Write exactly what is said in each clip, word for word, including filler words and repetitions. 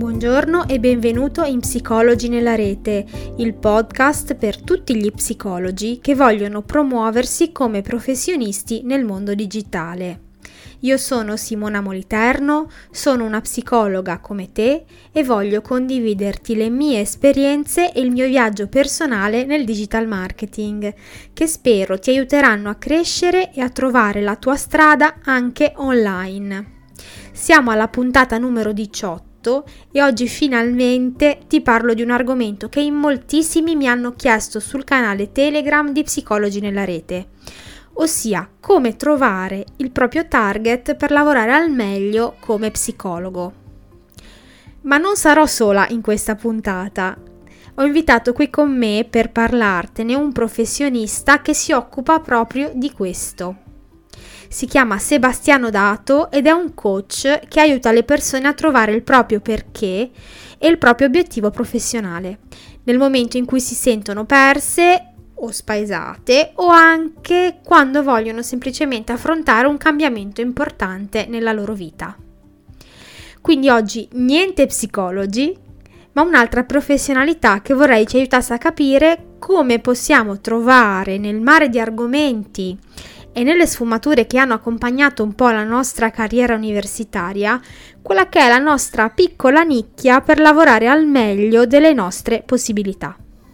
Buongiorno e benvenuto in Psicologi nella Rete, il podcast per tutti gli psicologi che vogliono promuoversi come professionisti nel mondo digitale. Io sono Simona Moliterno, sono una psicologa come te e voglio condividerti le mie esperienze e il mio viaggio personale nel digital marketing, che spero ti aiuteranno a crescere e a trovare la tua strada anche online. Siamo alla puntata numero diciotto e oggi finalmente ti parlo di un argomento che in moltissimi mi hanno chiesto sul canale Telegram di Psicologi nella Rete, ossia come trovare il proprio target per lavorare al meglio come psicologo. Ma non sarò sola in questa puntata. Ho invitato qui con me per parlartene un professionista che si occupa proprio di questo. Si chiama Sebastiano Dato ed è un coach che aiuta le persone a trovare il proprio perché e il proprio obiettivo professionale, nel momento in cui si sentono perse o spaesate o anche quando vogliono semplicemente affrontare un cambiamento importante nella loro vita. Quindi oggi niente psicologi, ma un'altra professionalità che vorrei ci aiutasse a capire come possiamo trovare nel mare di argomenti e nelle sfumature che hanno accompagnato un po' la nostra carriera universitaria, quella che è la nostra piccola nicchia per lavorare al meglio delle nostre possibilità.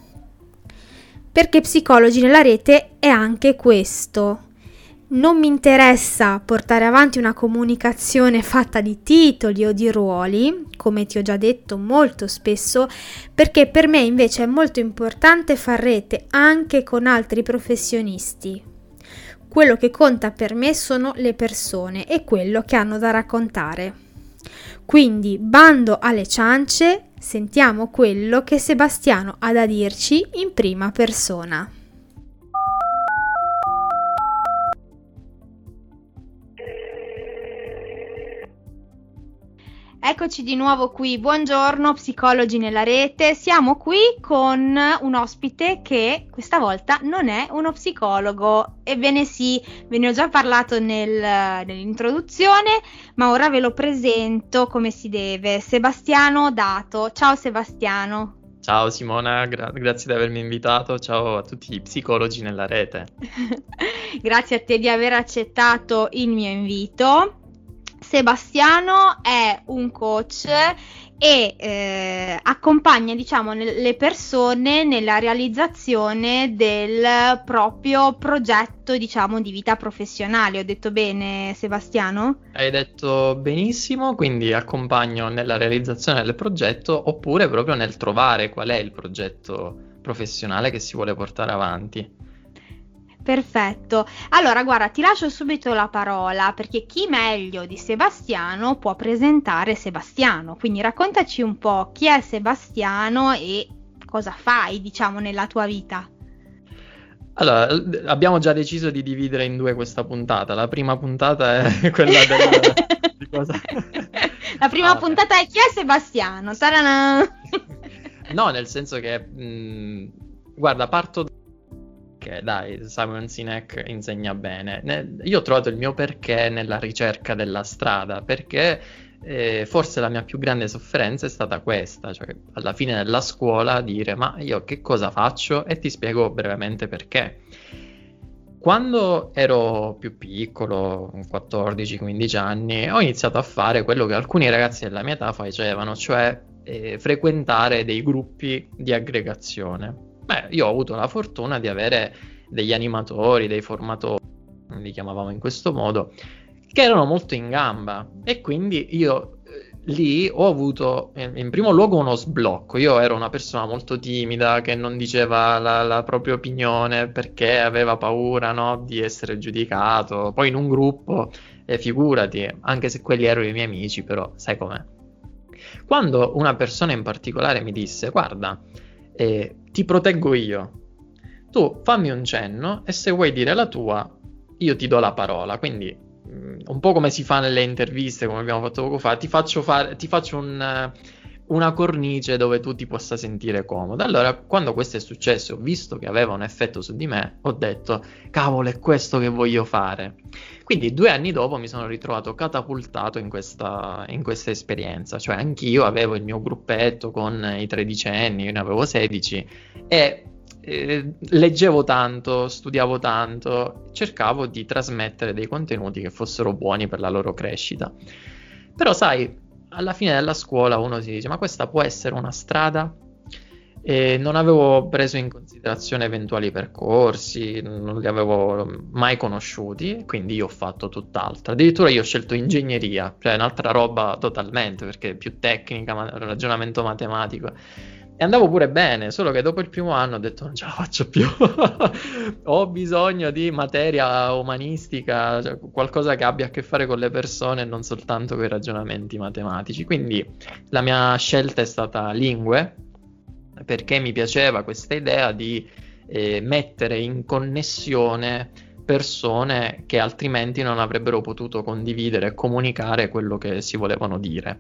Perché Psicologi nella Rete è anche questo. Non mi interessa portare avanti una comunicazione fatta di titoli o di ruoli, come ti ho già detto molto spesso, perché per me invece è molto importante far rete anche con altri professionisti. Quello che conta per me sono le persone e quello che hanno da raccontare. Quindi, bando alle ciance, sentiamo quello che Sebastiano ha da dirci in prima persona. Eccoci di nuovo qui, buongiorno Psicologi nella Rete, siamo qui con un ospite che questa volta non è uno psicologo, ebbene sì, ve ne ho già parlato nel, nell'introduzione, ma ora ve lo presento come si deve, Sebastiano Dato. Ciao Sebastiano. Ciao Simona, gra- grazie di avermi invitato, ciao a tutti i psicologi nella rete. Grazie a te di aver accettato il mio invito. Sebastiano è un coach e eh, accompagna, diciamo, le persone nella realizzazione del proprio progetto, diciamo, di vita professionale. Ho detto bene, Sebastiano? Hai detto benissimo, quindi accompagno nella realizzazione del progetto oppure proprio nel trovare qual è il progetto professionale che si vuole portare avanti. Perfetto, allora guarda, ti lascio subito la parola perché chi meglio di Sebastiano può presentare Sebastiano, quindi raccontaci un po' chi è Sebastiano e cosa fai, diciamo, nella tua vita. Allora, abbiamo già deciso di dividere in due questa puntata, la prima puntata è quella del... di cosa... La prima ah, puntata è chi è Sebastiano? Ta-da-na! No, nel senso che, mh, guarda, parto da... Che dai, Simon Sinek insegna bene. Ne, io ho trovato il mio perché nella ricerca della strada, perché eh, forse la mia più grande sofferenza è stata questa, cioè alla fine della scuola dire ma io che cosa faccio? E ti spiego brevemente perché. Quando ero più piccolo, quattordici quindici anni, ho iniziato a fare quello che alcuni ragazzi della mia età facevano, cioè eh, frequentare dei gruppi di aggregazione. Beh, io ho avuto la fortuna di avere degli animatori, dei formatori, li chiamavamo in questo modo, che erano molto in gamba e quindi io eh, lì ho avuto eh, in primo luogo uno sblocco. Io ero una persona molto timida che non diceva la, la propria opinione perché aveva paura, no, di essere giudicato. Poi in un gruppo, eh, figurati, anche se quelli erano i miei amici, però sai com'è. Quando una persona in particolare mi disse guarda, Eh, ti proteggo io, tu fammi un cenno e se vuoi dire la tua io ti do la parola, quindi mh, un po' come si fa nelle interviste, come abbiamo fatto poco fa, ti faccio fare, ti faccio un, una cornice dove tu ti possa sentire comodo. Allora, quando questo è successo, ho visto che aveva un effetto su di me, ho detto, cavolo, è questo che voglio fare. Quindi due anni dopo mi sono ritrovato catapultato in questa, in questa esperienza, cioè anch'io avevo il mio gruppetto con i tredicenni, io ne avevo sedici, e eh, leggevo tanto, studiavo tanto, cercavo di trasmettere dei contenuti che fossero buoni per la loro crescita. Però sai, alla fine della scuola uno si dice, ma questa può essere una strada? E non avevo preso in considerazione eventuali percorsi, non li avevo mai conosciuti, quindi io ho fatto tutt'altro. Addirittura io ho scelto ingegneria, cioè un'altra roba totalmente, perché è più tecnica, ma- ragionamento matematico. E andavo pure bene, solo che dopo il primo anno ho detto non ce la faccio più. Ho bisogno di materia umanistica, cioè qualcosa che abbia a che fare con le persone e non soltanto con i ragionamenti matematici. Quindi la mia scelta è stata lingue, perché mi piaceva questa idea di eh, mettere in connessione persone che altrimenti non avrebbero potuto condividere e comunicare quello che si volevano dire.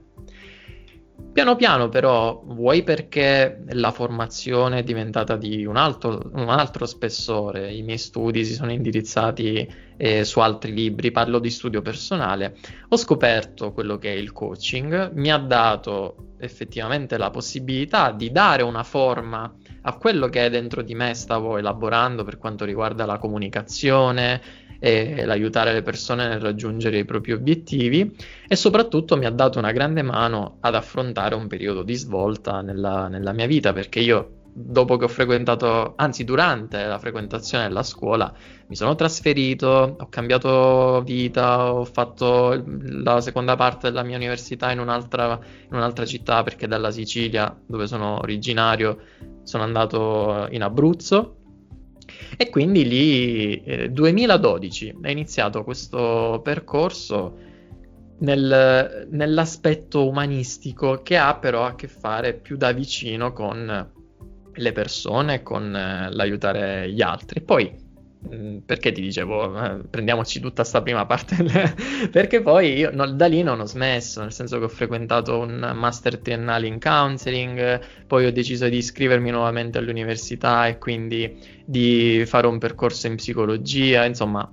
Piano piano però, vuoi perché la formazione è diventata di un altro, un altro spessore, i miei studi si sono indirizzati eh, su altri libri, parlo di studio personale, ho scoperto quello che è il coaching, mi ha dato effettivamente la possibilità di dare una forma a quello che dentro di me stavo elaborando per quanto riguarda la comunicazione e l'aiutare le persone nel raggiungere i propri obiettivi, e soprattutto mi ha dato una grande mano ad affrontare un periodo di svolta nella, nella mia vita, perché io dopo che ho frequentato, anzi durante la frequentazione della scuola, mi sono trasferito, ho cambiato vita, ho fatto la seconda parte della mia università in un'altra, in un'altra città, perché dalla Sicilia, dove sono originario, sono andato in Abruzzo. E quindi lì, eh, duemiladodici, è iniziato questo percorso nel, nell'aspetto umanistico, che ha però a che fare più da vicino con le persone, con eh, l'aiutare gli altri. Poi, mh, perché ti dicevo, eh, prendiamoci tutta sta prima parte, perché poi io no, da lì non ho smesso, nel senso che ho frequentato un master triennale in counseling, poi ho deciso di iscrivermi nuovamente all'università e quindi di fare un percorso in psicologia, insomma,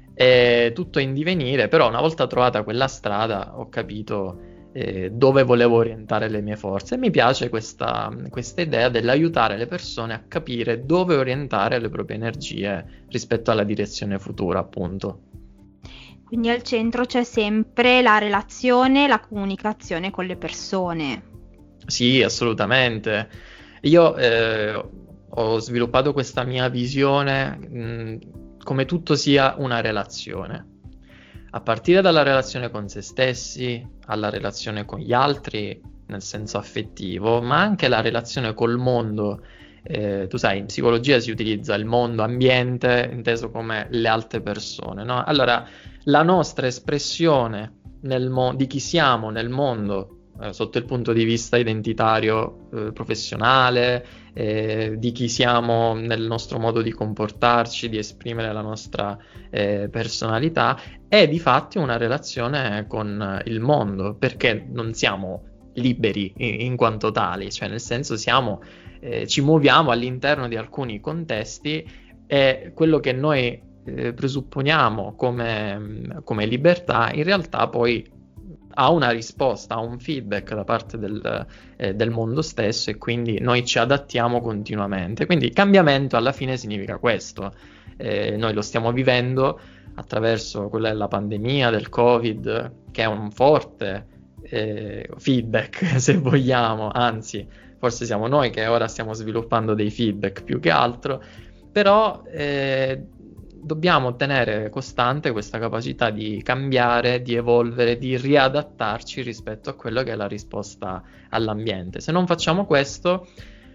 è tutto in divenire, però una volta trovata quella strada ho capito eh, dove volevo orientare le mie forze, e mi piace questa, questa idea dell'aiutare le persone a capire dove orientare le proprie energie rispetto alla direzione futura, appunto. Quindi al centro c'è sempre la relazione, la comunicazione con le persone. Sì, assolutamente. Io eh, ho sviluppato questa mia visione mh, come tutto sia una relazione. A partire dalla relazione con se stessi, alla relazione con gli altri, nel senso affettivo, ma anche la relazione col mondo. Eh, tu sai, in psicologia si utilizza il mondo ambiente inteso come le altre persone, no? Allora, la nostra espressione nel mo- di chi siamo nel mondo, eh, sotto il punto di vista identitario, eh, professionale, eh, di chi siamo nel nostro modo di comportarci, di esprimere la nostra eh, personalità, è di fatti una relazione con il mondo, perché non siamo liberi in, in quanto tali, cioè nel senso siamo, eh, ci muoviamo all'interno di alcuni contesti, e quello che noi eh, presupponiamo come, come libertà in realtà poi ha una risposta, ha un feedback da parte del, eh, del mondo stesso, e quindi noi ci adattiamo continuamente. Quindi cambiamento alla fine significa questo, eh, noi lo stiamo vivendo attraverso quella della pandemia, del Covid, che è un forte eh, feedback, se vogliamo, anzi forse siamo noi che ora stiamo sviluppando dei feedback più che altro, però eh, dobbiamo tenere costante questa capacità di cambiare, di evolvere, di riadattarci rispetto a quello che è la risposta all'ambiente. Se non facciamo questo,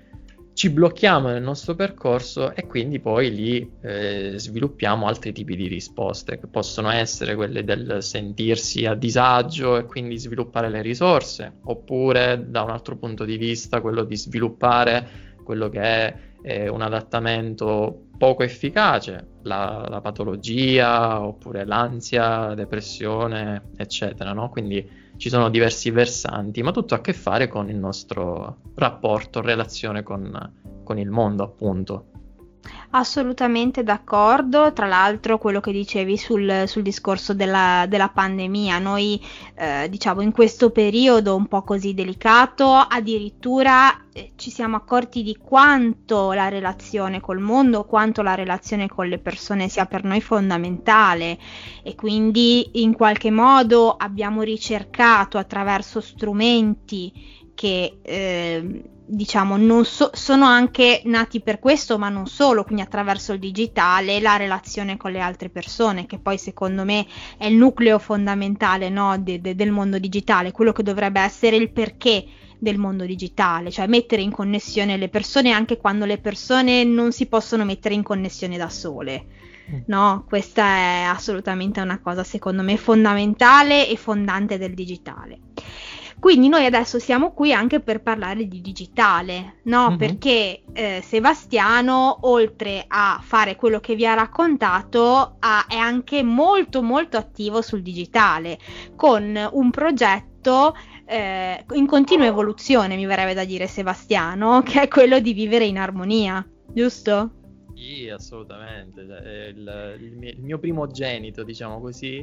ci blocchiamo nel nostro percorso, e quindi poi lì eh, sviluppiamo altri tipi di risposte, che possono essere quelle del sentirsi a disagio e quindi sviluppare le risorse, oppure da un altro punto di vista quello di sviluppare quello che è eh, un adattamento poco efficace, la, la patologia, oppure l'ansia, depressione, eccetera, no? Quindi ci sono diversi versanti, ma tutto ha a che fare con il nostro rapporto, relazione con, con il mondo, appunto. Assolutamente d'accordo. Tra l'altro quello che dicevi sul, sul discorso della, della pandemia, noi eh, diciamo in questo periodo un po' così delicato addirittura eh, ci siamo accorti di quanto la relazione col mondo, quanto la relazione con le persone sia per noi fondamentale, e quindi in qualche modo abbiamo ricercato attraverso strumenti che eh, diciamo non so, sono anche nati per questo, ma non solo, quindi attraverso il digitale, la relazione con le altre persone, che poi secondo me è il nucleo fondamentale, no, de, de, del mondo digitale, quello che dovrebbe essere il perché del mondo digitale, cioè mettere in connessione le persone anche quando le persone non si possono mettere in connessione da sole. No, questa è assolutamente una cosa secondo me fondamentale e fondante del digitale. Quindi noi adesso siamo qui anche per parlare di digitale, no? Mm-hmm. Perché eh, Sebastiano, oltre a fare quello che vi ha raccontato, ha, è anche molto molto attivo sul digitale, con un progetto eh, in continua evoluzione, mi verrebbe da dire, Sebastiano, che è quello di vivere in armonia, giusto? Sì, assolutamente, il, il, mio, il mio primogenito, diciamo così,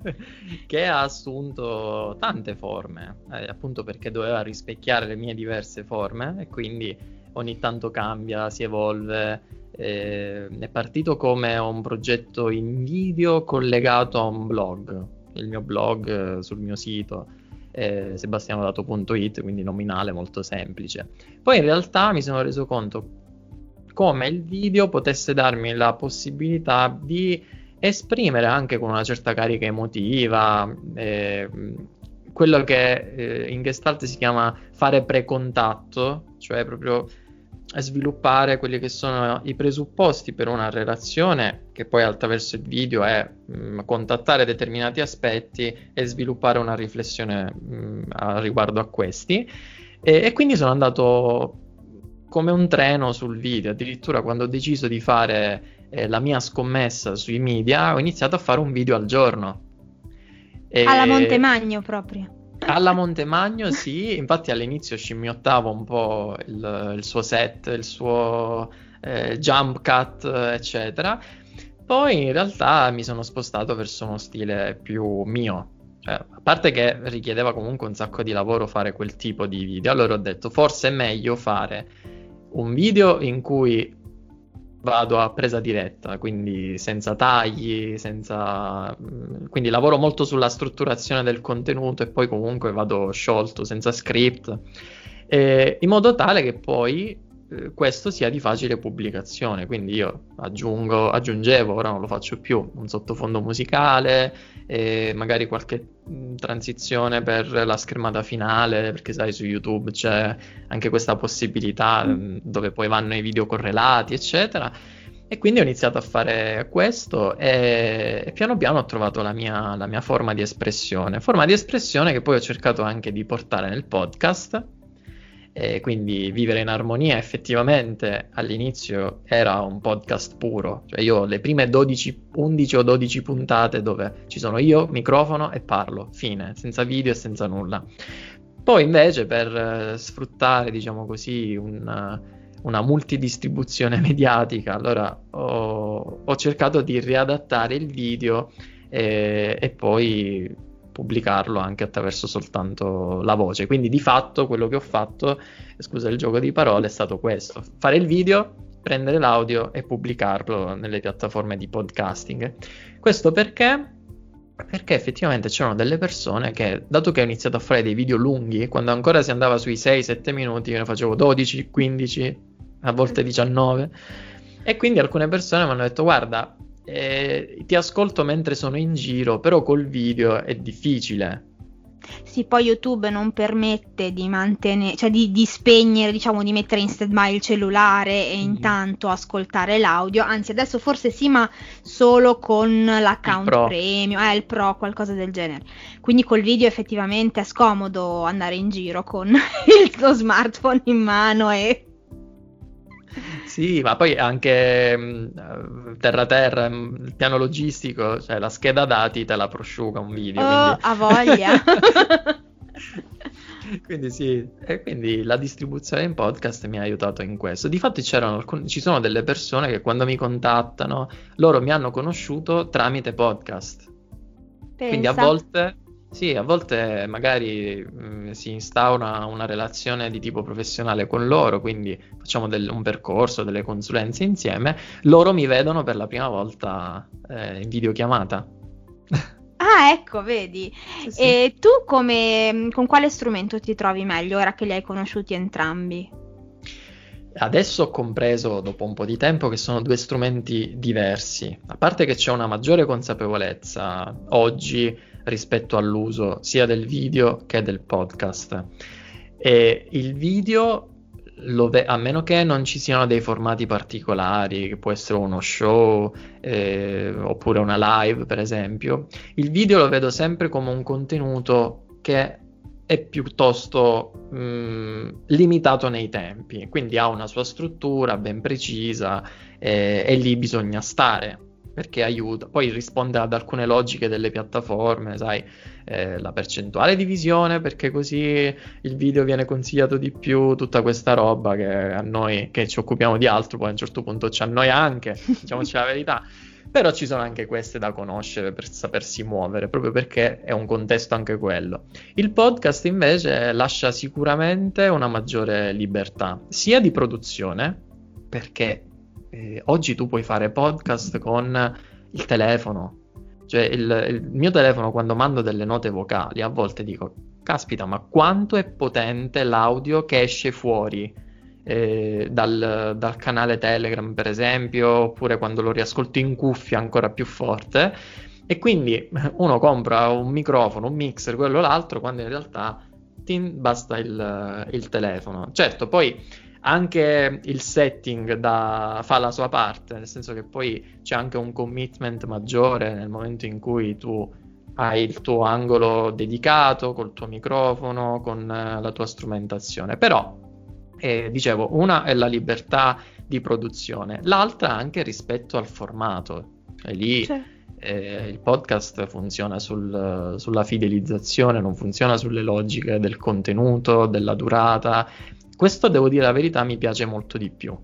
che ha assunto tante forme, eh, appunto perché doveva rispecchiare le mie diverse forme, e quindi ogni tanto cambia, si evolve. Eh, è partito come un progetto in video collegato a un blog, il mio blog eh, sul mio sito, eh, sebastianodato punto it, quindi nominale, molto semplice. Poi in realtà mi sono reso conto come il video potesse darmi la possibilità di esprimere anche con una certa carica emotiva eh, quello che eh, in Gestalt si chiama fare precontatto, cioè proprio sviluppare quelli che sono i presupposti per una relazione, che poi attraverso il video è mh, contattare determinati aspetti e sviluppare una riflessione mh, a riguardo a questi, e, e quindi sono andato come un treno sul video. Addirittura quando ho deciso di fare eh, la mia scommessa sui media, ho iniziato a fare un video al giorno. E... alla Montemagno proprio. Alla Montemagno, sì, infatti all'inizio scimmiottavo un po' il, il suo set, il suo eh, jump cut, eccetera. Poi in realtà mi sono spostato verso uno stile più mio. Cioè, a parte che richiedeva comunque un sacco di lavoro fare quel tipo di video, allora ho detto forse è meglio fare un video in cui vado a presa diretta, quindi senza tagli, senza... quindi lavoro molto sulla strutturazione del contenuto e poi comunque vado sciolto, senza script, eh, in modo tale che poi eh, questo sia di facile pubblicazione. Quindi io aggiungo, aggiungevo, ora non lo faccio più, un sottofondo musicale, e magari qualche mh, transizione per la schermata finale, perché sai su YouTube c'è anche questa possibilità mh, dove poi vanno i video correlati, eccetera. E quindi ho iniziato a fare questo e, e piano piano ho trovato la mia, la mia forma di espressione, forma di espressione che poi ho cercato anche di portare nel podcast. E quindi Vivere in Armonia effettivamente all'inizio era un podcast puro, cioè io le prime dodici, undici o dodici puntate dove ci sono io, microfono e parlo, fine, senza video e senza nulla. Poi invece per eh, sfruttare, diciamo così, un, una multidistribuzione mediatica, allora ho, ho cercato di riadattare il video e, e poi pubblicarlo anche attraverso soltanto la voce. Quindi di fatto quello che ho fatto, scusa il gioco di parole, è stato questo: fare il video, prendere l'audio e pubblicarlo nelle piattaforme di podcasting. Questo perché? Perché effettivamente c'erano delle persone che, dato che ho iniziato a fare dei video lunghi, quando ancora si andava sui sei sette minuti, io ne facevo dodici, quindici, a volte diciannove, e quindi alcune persone mi hanno detto guarda, Eh, ti ascolto mentre sono in giro, però col video è difficile. Sì, poi YouTube non permette di mantenere, cioè di, di spegnere, diciamo, di mettere in stand-by il cellulare e mm. intanto ascoltare l'audio. Anzi, adesso forse sì, ma solo con l'account premium, eh, il pro, qualcosa del genere. Quindi col video effettivamente è scomodo andare in giro con il tuo smartphone in mano e Sì, ma poi anche mh, terra terra, mh, il piano logistico, cioè la scheda dati te la prosciuga un video, Oh, quindi... ha voglia. Quindi sì, e quindi la distribuzione in podcast mi ha aiutato in questo. Difatti c'erano alcun- ci sono delle persone che quando mi contattano, loro mi hanno conosciuto tramite podcast. Quindi a Pensa. volte, sì, a volte magari mh, si instaura una relazione di tipo professionale con loro, quindi facciamo del- un percorso, delle consulenze insieme, loro mi vedono per la prima volta eh, in videochiamata. Ah, ecco, vedi. Sì, sì. E tu come, con quale strumento ti trovi meglio ora che li hai conosciuti entrambi? Adesso ho compreso, dopo un po' di tempo, che sono due strumenti diversi. A parte che c'è una maggiore consapevolezza oggi rispetto all'uso sia del video che del podcast. E il video, lo ve- a meno che non ci siano dei formati particolari, che può essere uno show eh, oppure una live, per esempio, il video lo vedo sempre come un contenuto che è piuttosto mh, limitato nei tempi, quindi ha una sua struttura ben precisa eh, e lì bisogna stare perché aiuta, poi risponde ad alcune logiche delle piattaforme, sai, eh, la percentuale di visione perché così il video viene consigliato di più, tutta questa roba che a noi che ci occupiamo di altro poi a un certo punto ci annoia anche, diciamoci la verità. Però ci sono anche queste da conoscere per sapersi muovere, proprio perché è un contesto anche quello. Il podcast invece lascia sicuramente una maggiore libertà, sia di produzione, perché eh, oggi tu puoi fare podcast con il telefono. Cioè il, il mio telefono quando mando delle note vocali, a volte dico, caspita, ma quanto è potente l'audio che esce fuori Eh, dal, dal canale Telegram per esempio, oppure quando lo riascolto in cuffia ancora più forte, e quindi uno compra un microfono, un mixer, quello o l'altro, quando in realtà tin, basta il, il telefono. Certo, poi anche il setting da, fa la sua parte, nel senso che poi c'è anche un commitment maggiore nel momento in cui tu hai il tuo angolo dedicato col tuo microfono, con eh, la tua strumentazione, però E dicevo, una è la libertà di produzione, l'altra anche rispetto al formato. E lì Cioè, eh, il podcast funziona sul- sulla fidelizzazione, non funziona sulle logiche del contenuto, della durata. Questo, devo dire la verità, mi piace molto di più.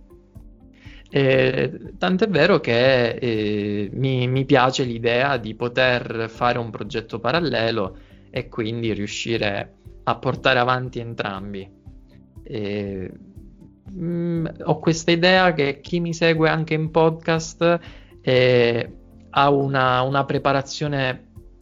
E, tant'è vero che eh, mi, mi piace l'idea di poter fare un progetto parallelo e quindi riuscire a portare avanti entrambi. E, mm, ho questa idea che chi mi segue anche in podcast eh, ha una, una preparazione,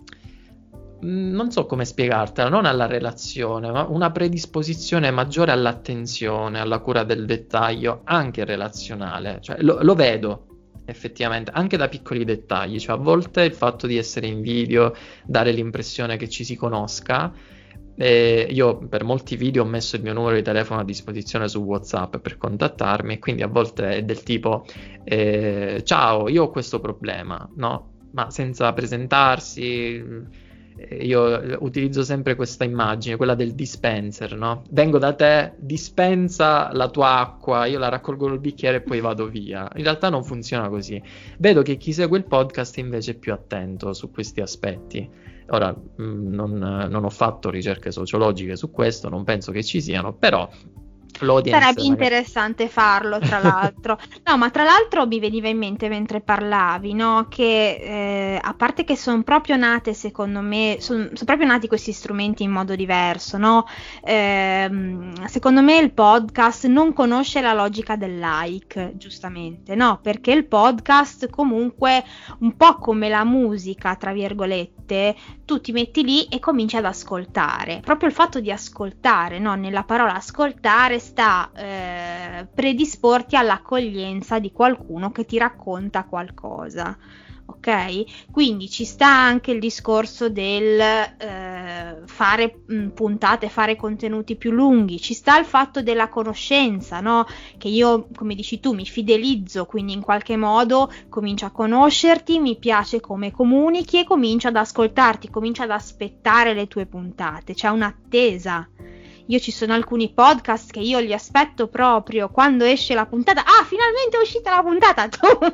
mm, non so come spiegartela, non alla relazione, ma una predisposizione maggiore all'attenzione, alla cura del dettaglio, anche relazionale. Cioè, lo, lo vedo effettivamente anche da piccoli dettagli, cioè a volte il fatto di essere in video, dare l'impressione che ci si conosca. Eh, io per molti video ho messo il mio numero di telefono a disposizione su WhatsApp per contattarmi, e quindi a volte è del tipo eh, ciao, io ho questo problema, no? Ma senza presentarsi. eh, io utilizzo sempre questa immagine, quella del dispenser, no? Vengo da te, dispensa la tua acqua, io la raccolgo col bicchiere e poi vado via. In realtà non funziona così. Vedo che chi segue il podcast invece è più attento su questi aspetti. Ora, mh, non, non ho fatto ricerche sociologiche su questo, non penso che ci siano, però l'audience sarebbe magari... interessante farlo, tra l'altro. No, ma tra l'altro mi veniva in mente mentre parlavi, no, che eh, a parte che sono proprio nate, secondo me, sono son proprio nati questi strumenti in modo diverso, no? Ehm, secondo me il podcast non conosce la logica del like, giustamente, no? Perché il podcast comunque, un po' come la musica, tra virgolette, tu ti metti lì e cominci ad ascoltare. Proprio il fatto di ascoltare, no? Nella parola ascoltare sta eh, predisporti all'accoglienza di qualcuno che ti racconta qualcosa, ok? Quindi ci sta anche il discorso del eh, fare mh, puntate, fare contenuti più lunghi, ci sta il fatto della conoscenza, no? Che io, come dici tu, mi fidelizzo, quindi in qualche modo comincio a conoscerti, mi piace come comunichi e comincio ad ascoltarti, comincio ad aspettare le tue puntate, c'è un'attesa Io ci sono alcuni podcast che io li aspetto proprio quando esce la puntata. Ah, finalmente è uscita la puntata!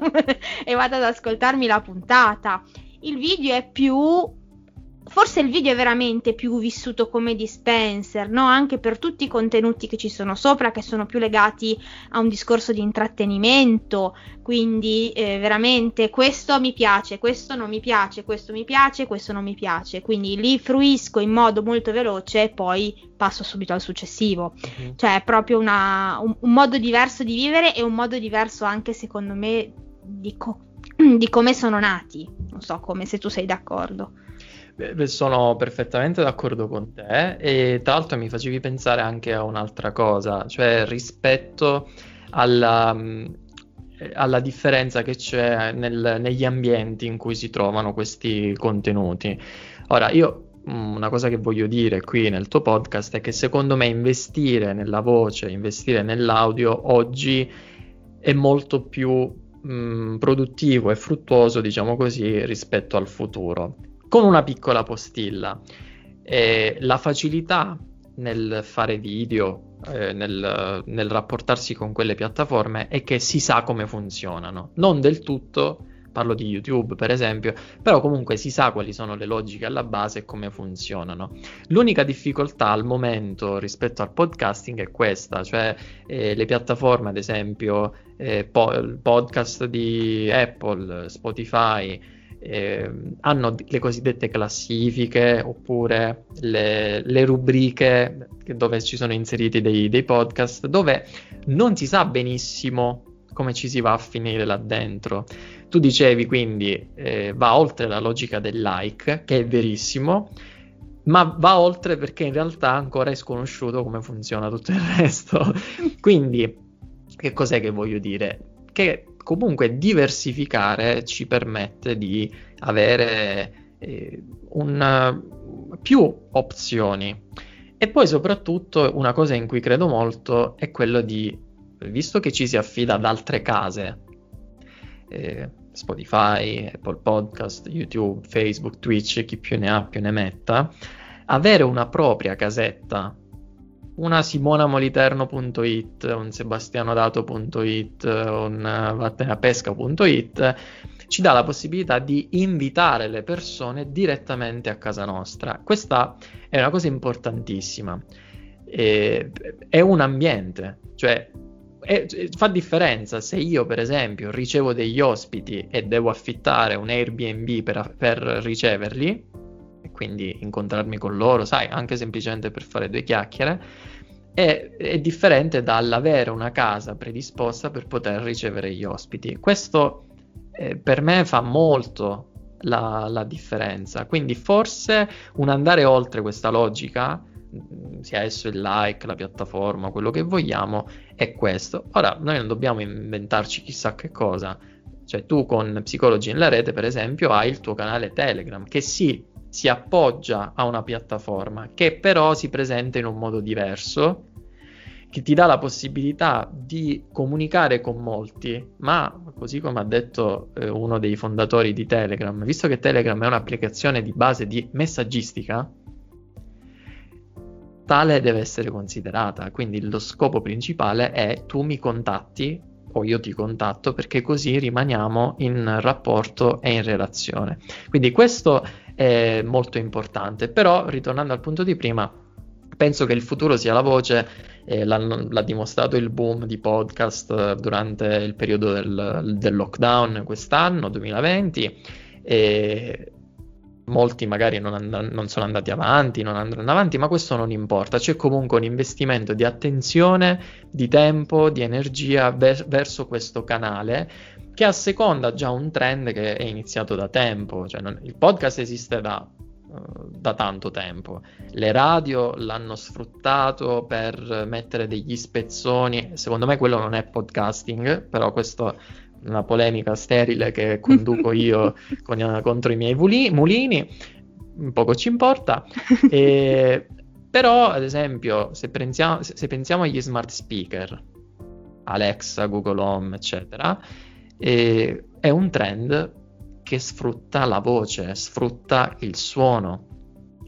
E vado ad ascoltarmi la puntata. Il video è più... Forse il video è veramente più vissuto come dispenser, no? Anche per tutti i contenuti che ci sono sopra, che sono più legati a un discorso di intrattenimento, quindi eh, veramente questo mi piace, questo non mi piace, questo mi piace, questo non mi piace, quindi li fruisco in modo molto veloce e poi passo subito al successivo. Mm-hmm. Cioè è proprio una, un, un modo diverso di vivere e un modo diverso anche secondo me di, co- di come sono nati, non so come se tu sei d'accordo. Sono perfettamente d'accordo con te e tra l'altro mi facevi pensare anche a un'altra cosa, cioè rispetto alla, alla differenza che c'è nel, negli ambienti in cui si trovano questi contenuti. Ora, io una cosa che voglio dire qui nel tuo podcast è che secondo me investire nella voce, investire nell'audio oggi è molto più mh, produttivo e fruttuoso, diciamo così, rispetto al futuro. Con una piccola postilla, eh, la facilità nel fare video, eh, nel, nel rapportarsi con quelle piattaforme è che si sa come funzionano, non del tutto, parlo di YouTube per esempio, però comunque si sa quali sono le logiche alla base e come funzionano. L'unica difficoltà al momento rispetto al podcasting è questa, cioè eh, le piattaforme ad esempio, eh, po- podcast di Apple, Spotify, Eh, hanno le cosiddette classifiche oppure le, le rubriche dove ci sono inseriti dei, dei podcast dove non si sa benissimo come ci si va a finire là dentro. Tu dicevi quindi eh, va oltre la logica del like, che è verissimo, ma va oltre perché in realtà ancora è sconosciuto come funziona tutto il resto. Quindi che cos'è che voglio dire? Che comunque diversificare ci permette di avere eh, una, più opzioni e poi soprattutto una cosa in cui credo molto è quello di, visto che ci si affida ad altre case, eh, Spotify, Apple Podcast, YouTube, Facebook, Twitch, chi più ne ha più ne metta, avere una propria casetta, una simonamoliterno punto it, un sebastianodato punto it, un vattenapesca punto it, ci dà la possibilità di invitare le persone direttamente a casa nostra. Questa è una cosa importantissima. E, è un ambiente, cioè è, fa differenza se io per esempio ricevo degli ospiti e devo affittare un Airbnb per, per riceverli, quindi incontrarmi con loro, sai, anche semplicemente per fare due chiacchiere, è, è differente dall'avere una casa predisposta per poter ricevere gli ospiti. Questo eh, per me fa molto la, la differenza, quindi forse un andare oltre questa logica, sia esso il like, la piattaforma, quello che vogliamo, è questo. Ora, noi non dobbiamo inventarci chissà che cosa, cioè tu con Psicologi nella Rete, per esempio, hai il tuo canale Telegram, che sì, si appoggia a una piattaforma, che però si presenta in un modo diverso, che ti dà la possibilità di comunicare con molti, ma così come ha detto eh, uno dei fondatori di Telegram, visto che Telegram è un'applicazione di base di messaggistica, tale deve essere considerata, quindi lo scopo principale è tu mi contatti o io ti contatto, perché così rimaniamo in rapporto e in relazione. Quindi questo è molto importante, però ritornando al punto di prima, penso che il futuro sia la voce, eh, l'ha, l'ha dimostrato il boom di podcast durante il periodo del, del lockdown quest'anno, duemilaventi, e molti magari non, and- non sono andati avanti, non andranno avanti, ma questo non importa, c'è comunque un investimento di attenzione, di tempo, di energia ver- verso questo canale, che asseconda già un trend che è iniziato da tempo, cioè non, il podcast esiste da, uh, da tanto tempo, le radio l'hanno sfruttato per mettere degli spezzoni, secondo me quello non è podcasting, però questo una polemica sterile che conduco io con, contro i miei vuli, mulini, poco ci importa, e, però ad esempio se pensiamo, se pensiamo agli smart speaker, Alexa, Google Home eccetera, e, è un trend che sfrutta la voce, sfrutta il suono,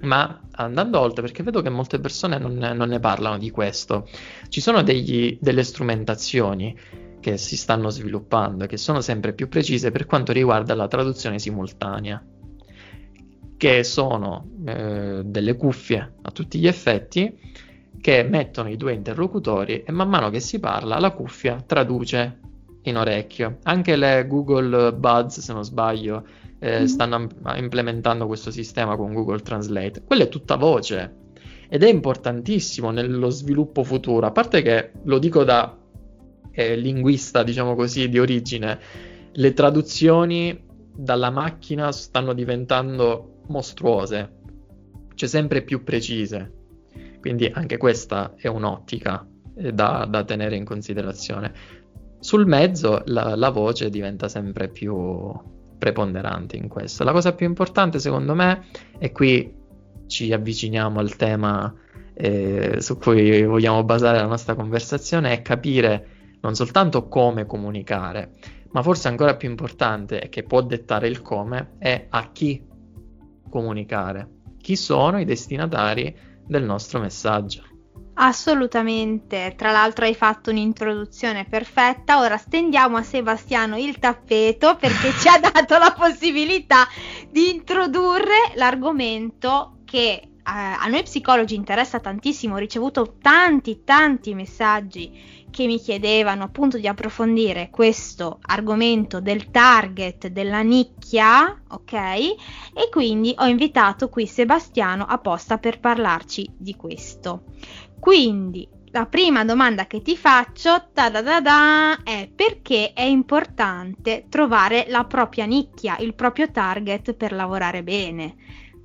Ma andando oltre, perché vedo che molte persone non ne, non ne parlano di questo, ci sono degli, delle strumentazioni che si stanno sviluppando, che sono sempre più precise per quanto riguarda la traduzione simultanea, che sono eh, delle cuffie a tutti gli effetti, che mettono i due interlocutori e man mano che si parla la cuffia traduce in orecchio. Anche le Google Buds, se non sbaglio, eh, mm. stanno am- implementando questo sistema con Google Translate. Quella è tutta voce ed è importantissimo nello sviluppo futuro, a parte che lo dico da eh, linguista, diciamo così, di origine, le traduzioni dalla macchina stanno diventando mostruose, cioè sempre più precise, quindi anche questa è un'ottica eh, da, da tenere in considerazione. Sul mezzo la, la voce diventa sempre più preponderante in questo. La cosa più importante secondo me, e qui ci avviciniamo al tema eh, su cui vogliamo basare la nostra conversazione, è capire non soltanto come comunicare, ma forse ancora più importante, e che può dettare il come, è a chi comunicare. Chi sono i destinatari del nostro messaggio? Assolutamente, tra l'altro hai fatto un'introduzione perfetta. Ora stendiamo a Sebastiano il tappeto, perché ci ha dato la possibilità di introdurre l'argomento che eh, a noi psicologi interessa tantissimo. Ho ricevuto tanti tanti messaggi che mi chiedevano appunto di approfondire questo argomento del target, della nicchia, ok? E quindi ho invitato qui Sebastiano apposta per parlarci di questo. Quindi la prima domanda che ti faccio ta da da da, è: perché è importante trovare la propria nicchia, il proprio target per lavorare bene?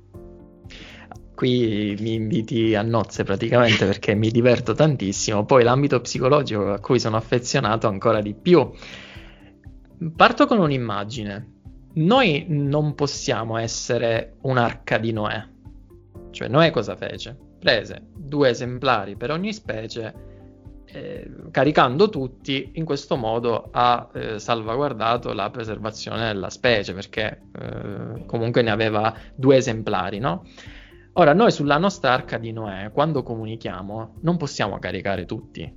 Qui mi inviti a nozze praticamente, perché mi diverto tantissimo. Poi l'ambito psicologico a cui sono affezionato ancora di più. Parto con un'immagine. Noi non possiamo essere un'arca di Noè. Cioè Noè cosa fece? Prese due esemplari per ogni specie, eh, caricando tutti, in questo modo ha eh, salvaguardato la preservazione della specie, perché eh, comunque ne aveva due esemplari, no? Ora, noi sulla nostra arca di Noè, quando comunichiamo, non possiamo caricare tutti.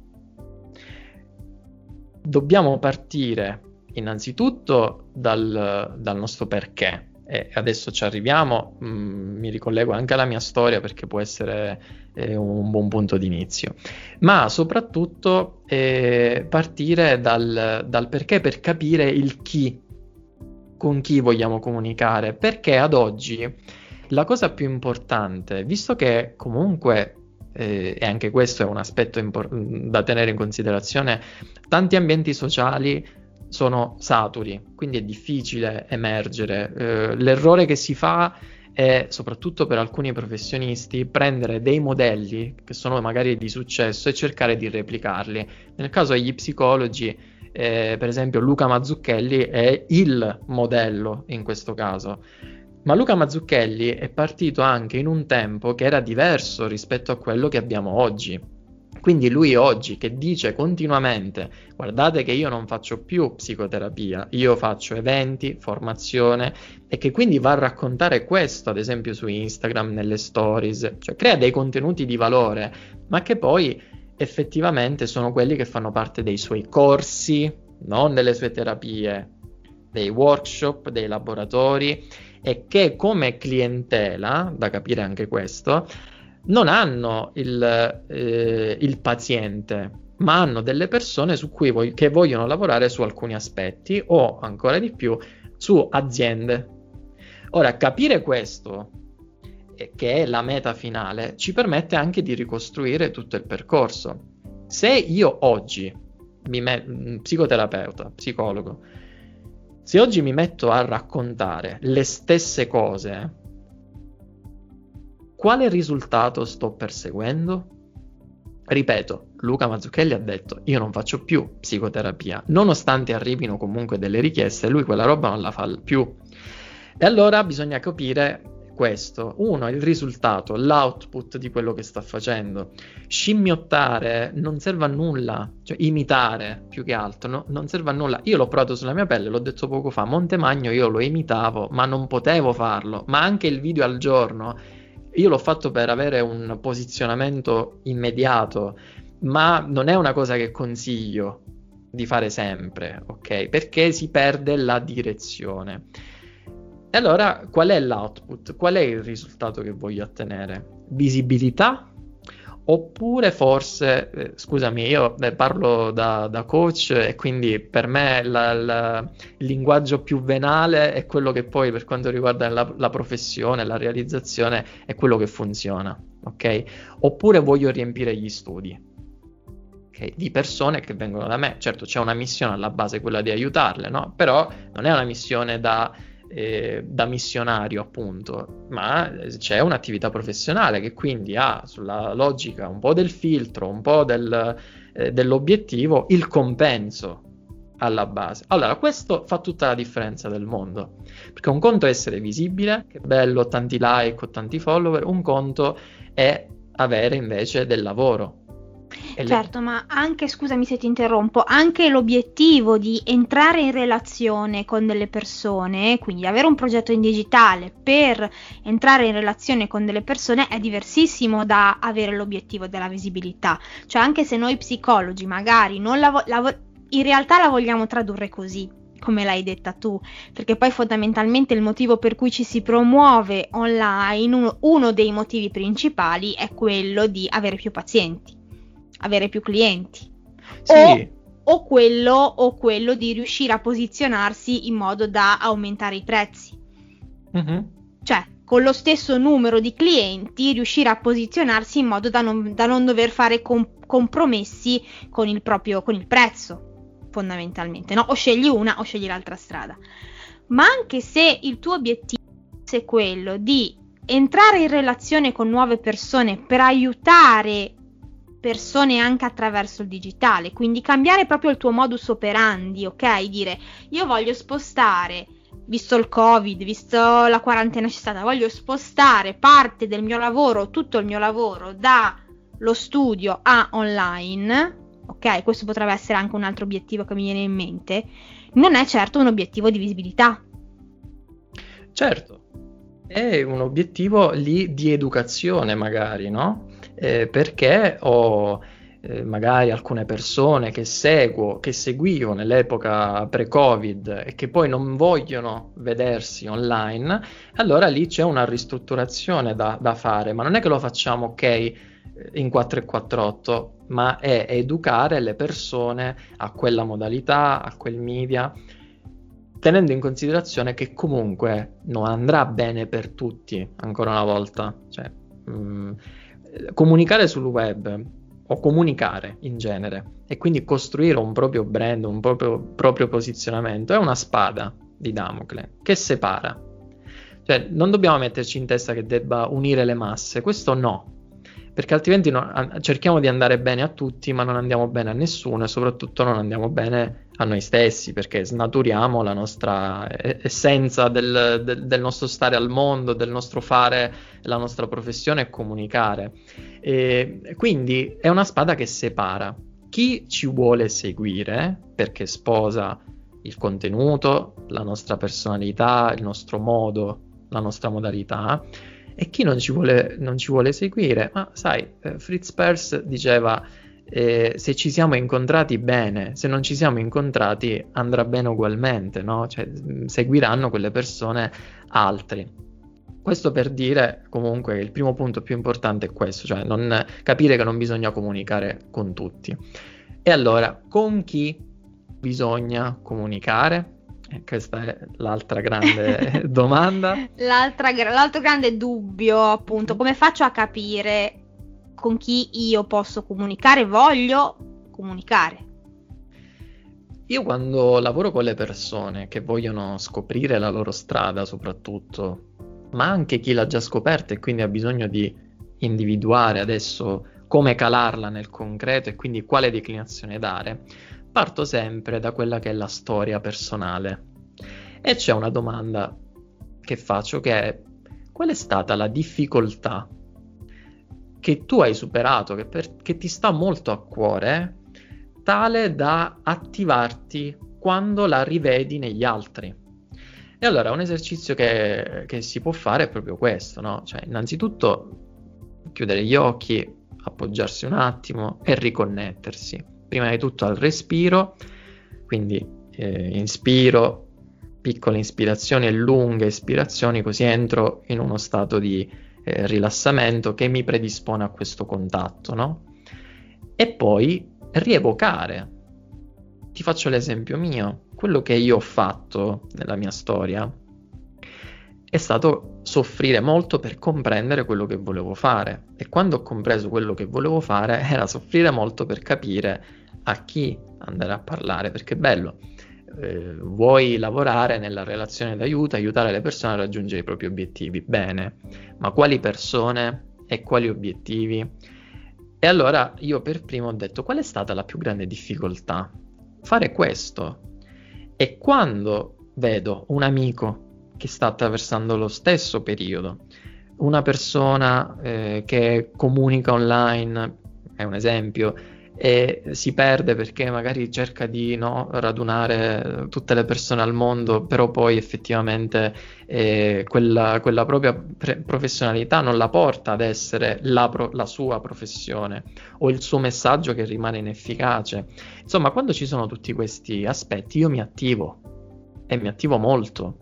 Dobbiamo partire innanzitutto dal, dal nostro perché. E adesso ci arriviamo, mh, mi ricollego anche alla mia storia, perché può essere eh, un buon punto d'inizio. Ma soprattutto eh, partire dal, dal perché, per capire il chi, con chi vogliamo comunicare. Perché ad oggi la cosa più importante, visto che comunque, eh, e anche questo è un aspetto impor- da tenere in considerazione, tanti ambienti sociali sono saturi, quindi è difficile emergere. Eh, l'errore che si fa è, soprattutto per alcuni professionisti, prendere dei modelli che sono magari di successo e cercare di replicarli. Nel caso degli psicologi, eh, per esempio Luca Mazzucchelli è il modello in questo caso. Ma Luca Mazzucchelli è partito anche in un tempo che era diverso rispetto a quello che abbiamo oggi. Quindi lui oggi, che dice continuamente: guardate che io non faccio più psicoterapia, io faccio eventi, formazione, e che quindi va a raccontare questo, ad esempio su Instagram, nelle stories, cioè crea dei contenuti di valore, ma che poi effettivamente sono quelli che fanno parte dei suoi corsi, non delle sue terapie, dei workshop, dei laboratori, e che come clientela, da capire anche questo, non hanno il, eh, il paziente, ma hanno delle persone su cui vog- che vogliono lavorare su alcuni aspetti, o ancora di più su aziende. Ora, capire questo, eh, che è la meta finale, ci permette anche di ricostruire tutto il percorso. Se io oggi mi metto, psicoterapeuta, psicologo, se oggi mi metto a raccontare le stesse cose, quale risultato sto perseguendo? Ripeto, Luca Mazzucchelli ha detto: io non faccio più psicoterapia, nonostante arrivino comunque delle richieste, lui quella roba non la fa più. E allora bisogna capire questo: uno, il risultato, l'output di quello che sta facendo. Scimmiottare non serve a nulla, cioè imitare più che altro, no? Non serve a nulla. Io l'ho provato sulla mia pelle, l'ho detto poco fa, Montemagno io lo imitavo, ma non potevo farlo. Ma anche il video al giorno io l'ho fatto per avere un posizionamento immediato, ma non è una cosa che consiglio di fare sempre, ok? Perché si perde la direzione. E allora, qual è l'output? Qual è il risultato che voglio ottenere? Visibilità? Oppure forse, eh, scusami, io eh, parlo da, da coach e quindi per me la, la, il linguaggio più venale è quello che poi per quanto riguarda la, la professione, la realizzazione, è quello che funziona, ok? Oppure voglio riempire gli studi, okay, di persone che vengono da me. Certo, c'è una missione alla base, quella di aiutarle, no? Però non è una missione da... Eh, da missionario appunto, ma c'è un'attività professionale che quindi ha sulla logica un po' del filtro, un po' del, eh, dell'obiettivo, il compenso alla base. Allora questo fa tutta la differenza del mondo, perché un conto è essere visibile, che bello, tanti like o tanti follower, un conto è avere invece del lavoro. Certo, le... ma anche, scusami se ti interrompo, anche l'obiettivo di entrare in relazione con delle persone, quindi avere un progetto in digitale per entrare in relazione con delle persone è diversissimo da avere l'obiettivo della visibilità. Cioè anche se noi psicologi magari non la, vo- la vo- in realtà la vogliamo tradurre così, come l'hai detta tu, perché poi fondamentalmente il motivo per cui ci si promuove online, uno, uno dei motivi principali è quello di avere più pazienti, avere più clienti, sì. o, o quello o quello di riuscire a posizionarsi in modo da aumentare i prezzi. Mm-hmm. Cioè, con lo stesso numero di clienti riuscire a posizionarsi in modo da non, da non dover fare com- compromessi con il proprio con il prezzo, fondamentalmente, no? O scegli una o scegli l'altra strada. Ma anche se il tuo obiettivo è quello di entrare in relazione con nuove persone per aiutare persone anche attraverso il digitale, quindi cambiare proprio il tuo modus operandi, ok? Dire, io voglio spostare, visto il Covid, visto la quarantena c'è stata, voglio spostare parte del mio lavoro, tutto il mio lavoro dallo studio a online, ok? Questo potrebbe essere anche un altro obiettivo che mi viene in mente. Non è certo un obiettivo di visibilità. Certo, è un obiettivo lì di educazione magari, no? Eh, perché ho eh, magari alcune persone che seguo, che seguivo nell'epoca pre-Covid e che poi non vogliono vedersi online, allora lì c'è una ristrutturazione da, da fare, ma non è che lo facciamo ok in quattro e quarantotto, ma è educare le persone a quella modalità, a quel media, tenendo in considerazione che comunque non andrà bene per tutti, ancora una volta, cioè mh, comunicare sul web o comunicare in genere e quindi costruire un proprio brand, un proprio, proprio posizionamento è una spada di Damocle che separa. Cioè non dobbiamo metterci in testa che debba unire le masse, questo no, perché altrimenti no, cerchiamo di andare bene a tutti ma non andiamo bene a nessuno e soprattutto non andiamo bene a noi stessi, perché snaturiamo la nostra essenza del, del, del nostro stare al mondo, del nostro fare la nostra professione e comunicare. E quindi è una spada che separa chi ci vuole seguire perché sposa il contenuto, la nostra personalità, il nostro modo, la nostra modalità, e chi non ci vuole, non ci vuole seguire. Ma sai, eh, Fritz Perls diceva eh, se ci siamo incontrati bene, se non ci siamo incontrati andrà bene ugualmente, no? Cioè, seguiranno quelle persone altri. Questo per dire comunque che il primo punto più importante è questo, cioè non, capire che non bisogna comunicare con tutti. E allora, con chi bisogna comunicare? Questa è l'altra grande domanda. L'altra, l'altro grande dubbio, appunto, come faccio a capire con chi io posso comunicare, voglio comunicare? Io quando lavoro con le persone che vogliono scoprire la loro strada soprattutto, ma anche chi l'ha già scoperta e quindi ha bisogno di individuare adesso come calarla nel concreto e quindi quale declinazione dare, parto sempre da quella che è la storia personale. E c'è una domanda che faccio che è: qual è stata la difficoltà che tu hai superato, che, per, che ti sta molto a cuore, tale da attivarti quando la rivedi negli altri? E allora un esercizio che, che si può fare è proprio questo, no? Cioè, innanzitutto chiudere gli occhi, appoggiarsi un attimo e riconnettersi. Prima di tutto al respiro, quindi eh, inspiro, piccole ispirazioni e lunghe espirazioni, così entro in uno stato di eh, rilassamento che mi predispone a questo contatto, no? E poi rievocare. Ti faccio l'esempio mio. Quello che io ho fatto nella mia storia è stato soffrire molto per comprendere quello che volevo fare. E quando ho compreso quello che volevo fare era soffrire molto per capire a chi andare a parlare, perché è bello. Eh, vuoi lavorare nella relazione d'aiuto, aiutare le persone a raggiungere i propri obiettivi. Bene, ma quali persone e quali obiettivi? E allora io per primo ho detto: qual è stata la più grande difficoltà? Fare questo. E quando vedo un amico che sta attraversando lo stesso periodo, una persona eh, che comunica online, è un esempio, e si perde perché magari cerca di no, radunare tutte le persone al mondo, però poi effettivamente eh, quella, quella propria pre- professionalità non la porta ad essere la, pro- la sua professione, o il suo messaggio che rimane inefficace. Insomma, quando ci sono tutti questi aspetti io mi attivo e mi attivo molto,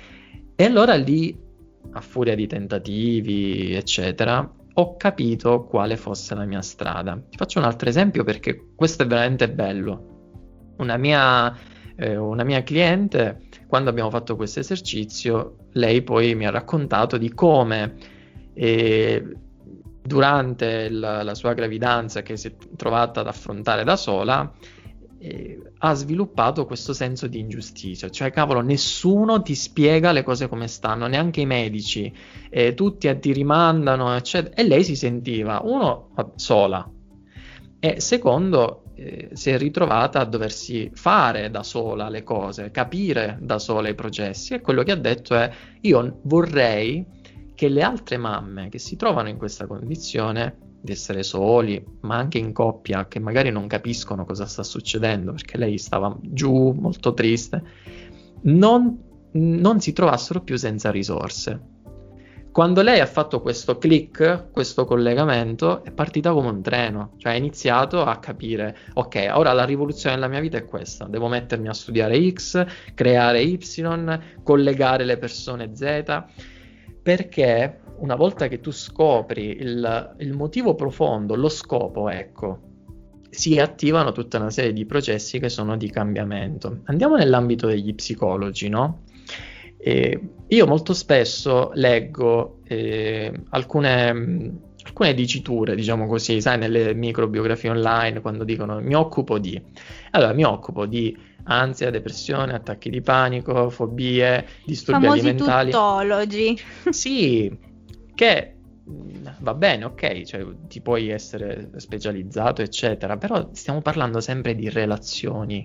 e allora lì, a furia di tentativi eccetera, ho capito quale fosse la mia strada. Ti faccio un altro esempio perché questo è veramente bello. Una mia, eh, una mia cliente, quando abbiamo fatto questo esercizio, lei poi mi ha raccontato di come eh, durante la, la sua gravidanza, che si è trovata ad affrontare da sola, eh, ha sviluppato questo senso di ingiustizia, cioè cavolo, nessuno ti spiega le cose come stanno, neanche i medici, eh, tutti ti rimandano eccetera, e lei si sentiva uno sola e secondo eh, si è ritrovata a doversi fare da sola le cose, capire da sola i processi, e quello che ha detto è: io vorrei che le altre mamme che si trovano in questa condizione di essere soli, ma anche in coppia, che magari non capiscono cosa sta succedendo, perché lei stava giù, molto triste, non, non si trovassero più senza risorse. Quando lei ha fatto questo click, questo collegamento, è partita come un treno, cioè ha iniziato a capire: ok, ora la rivoluzione della mia vita è questa, devo mettermi a studiare X, creare Y, collegare le persone Z, perché una volta che tu scopri il, il motivo profondo, lo scopo, ecco, si attivano tutta una serie di processi che sono di cambiamento. Andiamo nell'ambito degli psicologi, no? E io molto spesso leggo eh, alcune, alcune diciture, diciamo così, sai, nelle microbiografie online, quando dicono mi occupo di... Allora, mi occupo di ansia, depressione, attacchi di panico, fobie, disturbi famosi alimentari. tuttologi. Sì, che va bene, ok, cioè ti puoi essere specializzato, eccetera, però stiamo parlando sempre di relazioni.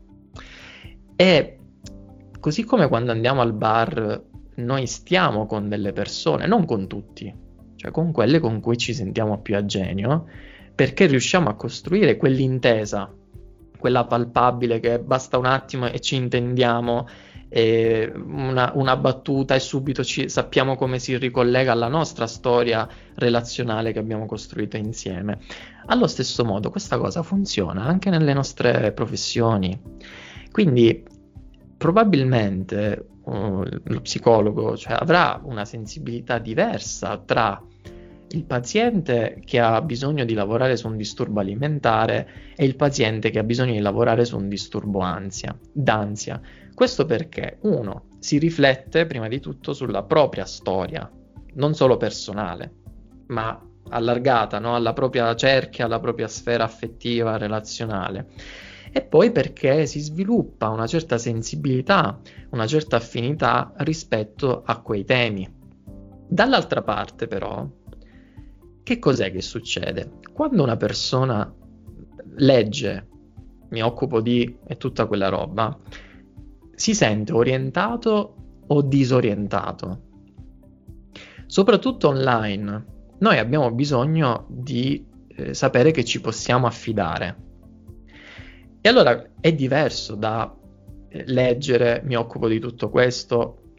E così come quando andiamo al bar, noi stiamo con delle persone, non con tutti, cioè con quelle con cui ci sentiamo più a genio, perché riusciamo a costruire quell'intesa, quella palpabile che basta un attimo e ci intendiamo, e una, una battuta e subito ci sappiamo come si ricollega alla nostra storia relazionale che abbiamo costruito insieme. Allo stesso modo questa cosa funziona anche nelle nostre professioni, quindi probabilmente uh, lo psicologo, cioè, avrà una sensibilità diversa tra il paziente che ha bisogno di lavorare su un disturbo alimentare e il paziente che ha bisogno di lavorare su un disturbo ansia, d'ansia. Questo perché, uno, si riflette prima di tutto sulla propria storia, non solo personale, ma allargata, no? Alla propria cerchia, alla propria sfera affettiva, relazionale. E poi perché si sviluppa una certa sensibilità, una certa affinità rispetto a quei temi. Dall'altra parte, però, che cos'è che succede? Quando una persona legge, mi occupo di, e tutta quella roba, si sente orientato o disorientato. Soprattutto online, noi abbiamo bisogno di eh, sapere che ci possiamo affidare. E allora è diverso da eh, leggere, mi occupo di tutto questo,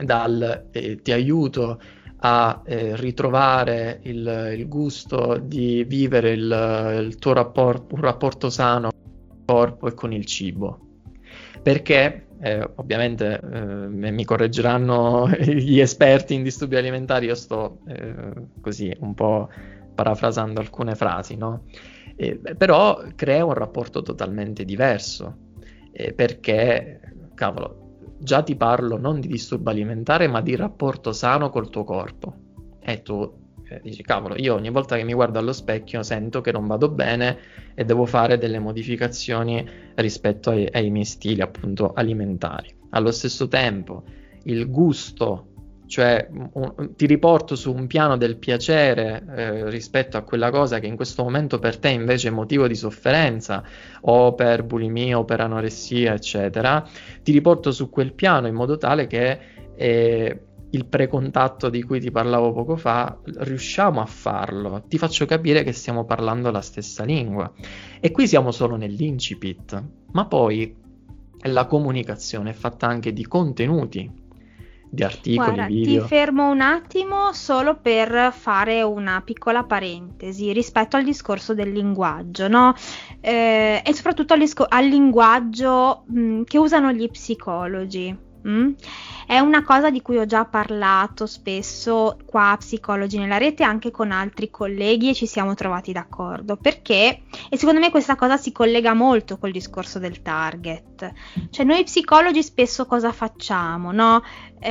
dal eh, ti aiuto a eh, ritrovare il, il gusto di vivere il, il tuo rapporto, un rapporto sano con il corpo e con il cibo. Perché, eh, ovviamente, eh, mi correggeranno gli esperti in disturbi alimentari, io sto eh, così un po' parafrasando alcune frasi, no? Eh, però crea un rapporto totalmente diverso, eh, perché, cavolo, già ti parlo non di disturbo alimentare, ma di rapporto sano col tuo corpo. E tu eh, dici, cavolo, io ogni volta che mi guardo allo specchio sento che non vado bene e devo fare delle modificazioni rispetto ai, ai miei stili, appunto, alimentari. Allo stesso tempo, il gusto, cioè un, ti riporto su un piano del piacere eh, rispetto a quella cosa che in questo momento per te invece è motivo di sofferenza, o per bulimia o per anoressia, eccetera, ti riporto su quel piano in modo tale che eh, il precontatto di cui ti parlavo poco fa, riusciamo a farlo, ti faccio capire che stiamo parlando la stessa lingua. E qui siamo solo nell'incipit, ma poi la comunicazione è fatta anche di contenuti, di articoli, Guarda, video. ti fermo un attimo solo per fare una piccola parentesi rispetto al discorso del linguaggio, no? Eh, e soprattutto al, discor- al linguaggio mh, che usano gli psicologi. Mm? È una cosa di cui ho già parlato spesso qua a Psicologi nella Rete, anche con altri colleghi, e ci siamo trovati d'accordo, perché, e secondo me questa cosa si collega molto col discorso del target. Cioè noi psicologi spesso cosa facciamo, no?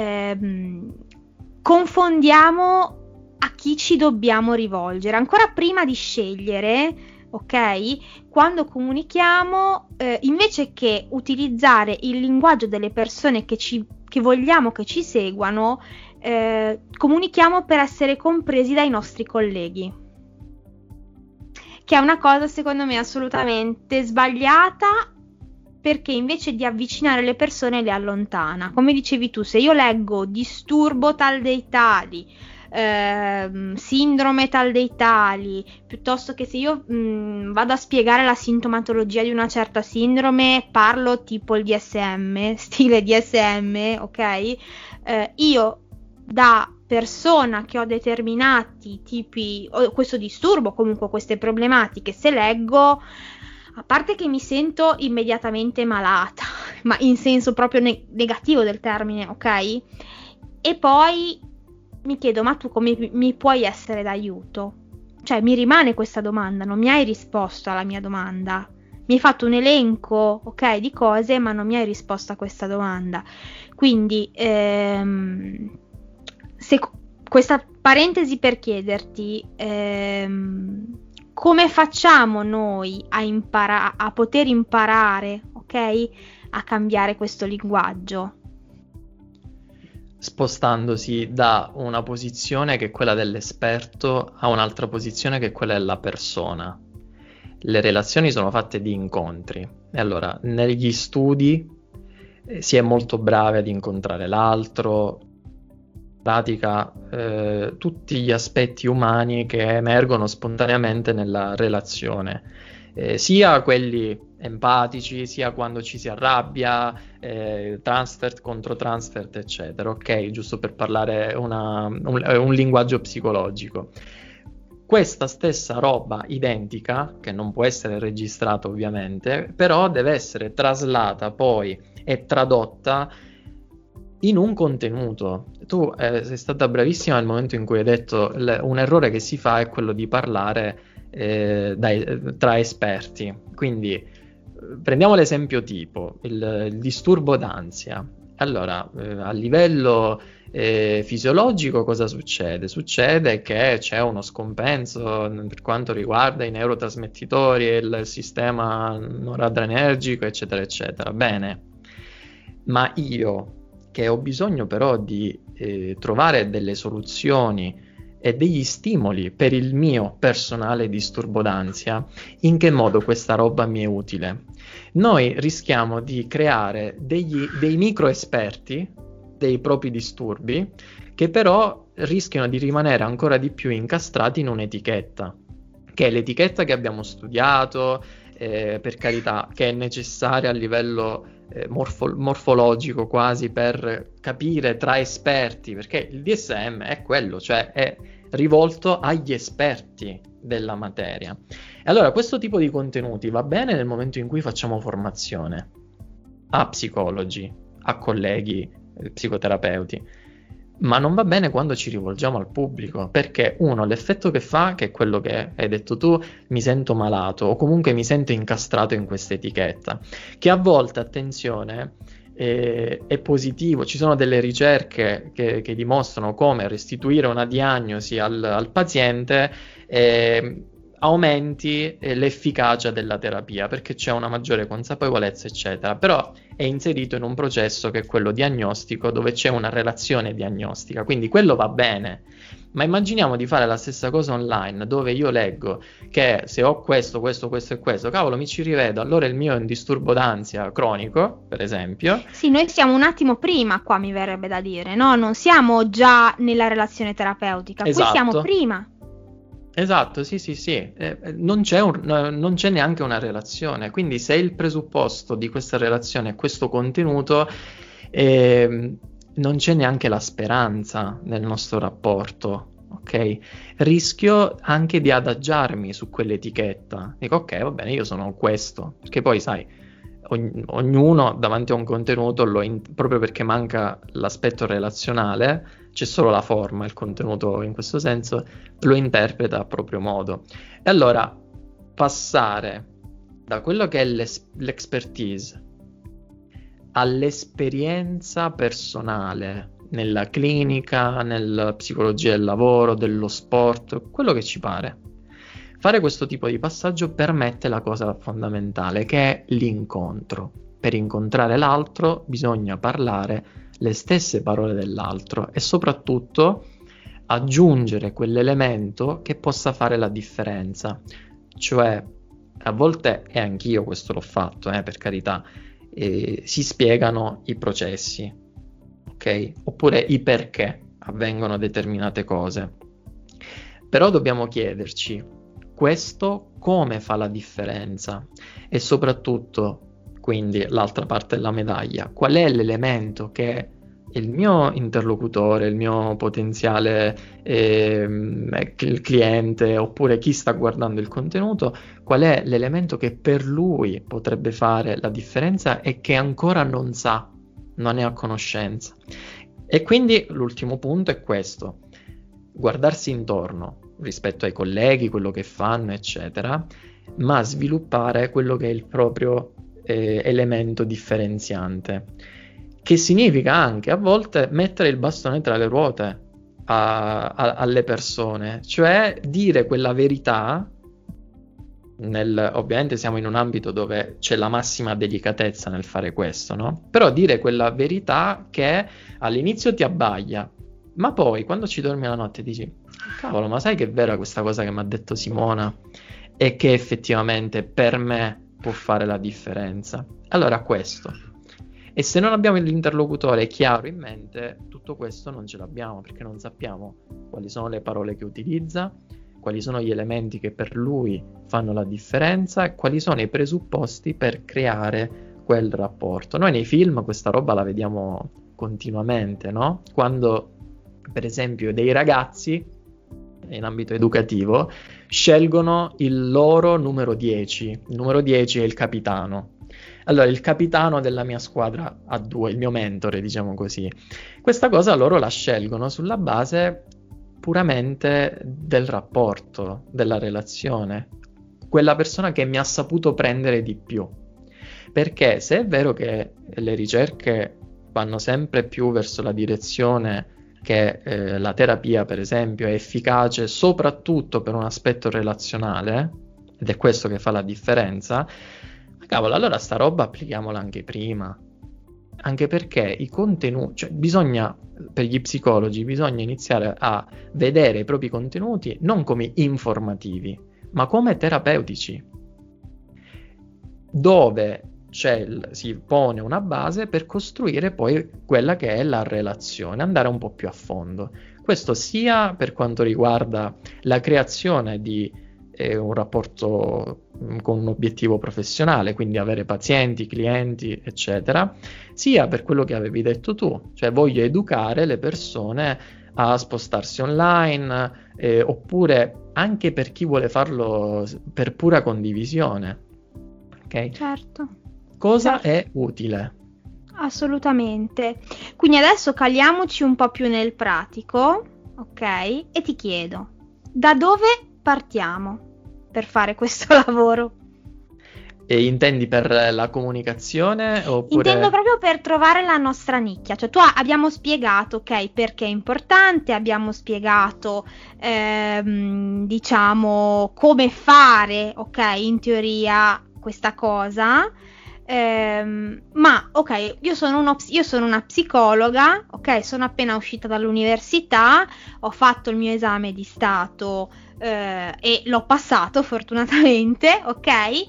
Ehm, confondiamo a chi ci dobbiamo rivolgere ancora prima di scegliere, ok? Quando comunichiamo, eh, invece che utilizzare il linguaggio delle persone che, ci, che vogliamo che ci seguano, eh, comunichiamo per essere compresi dai nostri colleghi, che è una cosa secondo me assolutamente sbagliata, perché invece di avvicinare le persone le allontana. Come dicevi tu, se io leggo disturbo tal dei tali, Uh, sindrome tal dei tali, piuttosto che se io mh, vado a spiegare la sintomatologia di una certa sindrome, parlo tipo il D S M, stile D S M, ok? Uh, io da persona che ho determinati tipi, o questo disturbo, comunque queste problematiche, se leggo, a parte che mi sento immediatamente malata, ma in senso proprio ne- negativo del termine, ok? E poi mi chiedo, ma tu come mi puoi essere d'aiuto? Cioè, mi rimane questa domanda, non mi hai risposto alla mia domanda. Mi hai fatto un elenco, ok, di cose, ma non mi hai risposto a questa domanda. Quindi, ehm, se, questa parentesi per chiederti, ehm, come facciamo noi a, impara- a poter imparare, ok, a cambiare questo linguaggio? Spostandosi da una posizione che è quella dell'esperto a un'altra posizione che è quella della persona. Le relazioni sono fatte di incontri, e allora negli studi eh, si è molto bravi ad incontrare l'altro, in pratica eh, tutti gli aspetti umani che emergono spontaneamente nella relazione, eh, sia quelli empatici, sia quando ci si arrabbia, eh, transfert contro transfert, eccetera, ok? Giusto per parlare una, un, un linguaggio psicologico. Questa stessa roba identica, che non può essere registrata ovviamente, però deve essere traslata poi e tradotta in un contenuto. Tu eh, sei stata bravissima nel momento in cui hai detto l- un errore che si fa è quello di parlare eh, dai, tra esperti. Quindi prendiamo l'esempio tipo, il, il disturbo d'ansia. Allora, eh, a livello eh, fisiologico cosa succede? Succede che c'è uno scompenso per quanto riguarda i neurotrasmettitori e il sistema noradrenergico, eccetera, eccetera. Bene, ma io che ho bisogno però di eh, trovare delle soluzioni e degli stimoli per il mio personale disturbo d'ansia, in che modo questa roba mi è utile? Noi rischiamo di creare degli, dei micro esperti dei propri disturbi, che però rischiano di rimanere ancora di più incastrati in un'etichetta, che è l'etichetta che abbiamo studiato, eh, per carità, che è necessaria a livello eh, morfo- morfologico quasi per capire tra esperti, perché il D S M è quello, cioè è rivolto agli esperti della materia. E allora questo tipo di contenuti va bene nel momento in cui facciamo formazione a psicologi, a colleghi eh, psicoterapeuti, ma non va bene quando ci rivolgiamo al pubblico, perché uno, l'effetto che fa, che è quello che hai detto tu, mi sento malato o comunque mi sento incastrato in questa etichetta, che a volte, attenzione, eh, è positivo. Ci sono delle ricerche che, che dimostrano come restituire una diagnosi al, al paziente eh, aumenti eh, l'efficacia della terapia, perché c'è una maggiore consapevolezza, eccetera. Però è inserito in un processo che è quello diagnostico, dove c'è una relazione diagnostica, quindi quello va bene. Ma immaginiamo di fare la stessa cosa online, dove io leggo che se ho questo, questo, questo e questo, cavolo, mi ci rivedo, allora il mio è un disturbo d'ansia cronico, per esempio. Sì, noi siamo un attimo prima, qua mi verrebbe da dire, no? Non siamo già nella relazione terapeutica, Esatto. Qui siamo prima. Esatto, sì, sì, sì, eh, non c'è un, non c'è neanche una relazione, quindi se il presupposto di questa relazione è questo contenuto, eh, non c'è neanche la speranza nel nostro rapporto, ok? Rischio anche di adagiarmi su quell'etichetta, dico ok, va bene, io sono questo, perché poi sai, ogn- ognuno davanti a un contenuto, lo in- proprio perché manca l'aspetto relazionale, c'è solo la forma, il contenuto in questo senso lo interpreta a proprio modo. E allora passare da quello che è l'es- l'expertise all'esperienza personale nella clinica, nella psicologia del lavoro, dello sport, quello che ci pare. Fare questo tipo di passaggio permette la cosa fondamentale, che è l'incontro. Per incontrare l'altro bisogna parlare le stesse parole dell'altro e soprattutto aggiungere quell'elemento che possa fare la differenza. Cioè, a volte, e anch'io questo l'ho fatto, eh, per carità, eh, si spiegano i processi, ok? Oppure i perché avvengono determinate cose. Però dobbiamo chiederci, questo come fa la differenza? E soprattutto, quindi l'altra parte della medaglia, qual è l'elemento che il mio interlocutore, il mio potenziale eh, cliente oppure chi sta guardando il contenuto, qual è l'elemento che per lui potrebbe fare la differenza e che ancora non sa, non è a conoscenza. E quindi l'ultimo punto è questo: guardarsi intorno rispetto ai colleghi, quello che fanno, eccetera, ma sviluppare quello che è il proprio eh, elemento differenziante, che significa anche a volte mettere il bastone tra le ruote a, a, alle persone, cioè dire quella verità. Nel, ovviamente siamo in un ambito dove c'è la massima delicatezza nel fare questo, no? Però dire quella verità che all'inizio ti abbaglia, ma poi quando ci dormi la notte dici cavolo, ma sai che è vera questa cosa che mi ha detto Simona e che effettivamente per me può fare la differenza. Allora questo. E se non abbiamo l'interlocutore chiaro in mente, tutto questo non ce l'abbiamo, perché non sappiamo quali sono le parole che utilizza, quali sono gli elementi che per lui fanno la differenza e quali sono i presupposti per creare quel rapporto. Noi nei film questa roba la vediamo continuamente, no? Quando per esempio dei ragazzi in ambito educativo scelgono il loro numero dieci, il numero dieci è il capitano. Allora, il capitano della mia squadra a due, il mio mentore, diciamo così. Questa cosa loro la scelgono sulla base puramente del rapporto, della relazione, quella persona che mi ha saputo prendere di più. Perché se è vero che le ricerche vanno sempre più verso la direzione che eh, la terapia, per esempio, è efficace soprattutto per un aspetto relazionale, ed è questo che fa la differenza, cavolo, allora sta roba applichiamola anche prima. Anche perché i contenuti, cioè bisogna, per gli psicologi, bisogna iniziare a vedere i propri contenuti non come informativi, ma come terapeutici, dove c'è, si pone una base per costruire poi quella che è la relazione, andare un po' più a fondo. Questo sia per quanto riguarda la creazione di eh, un rapporto mh, con un obiettivo professionale, quindi avere pazienti, clienti, eccetera, sia per quello che avevi detto tu, cioè voglio educare le persone a spostarsi online, eh, oppure anche per chi vuole farlo per pura condivisione. Ok? Certo. Cosa certo. è utile? Assolutamente. Quindi adesso caliamoci un po' più nel pratico, ok? E ti chiedo, da dove partiamo per fare questo lavoro? E intendi per la comunicazione oppure... Intendo proprio per trovare la nostra nicchia, cioè tu abbiamo spiegato, ok, perché è importante, abbiamo spiegato, ehm, diciamo, come fare, ok, in teoria questa cosa, ehm, ma ok, io sono, uno, io sono una psicologa, ok, sono appena uscita dall'università, ho fatto il mio esame di Stato eh, e l'ho passato fortunatamente, ok?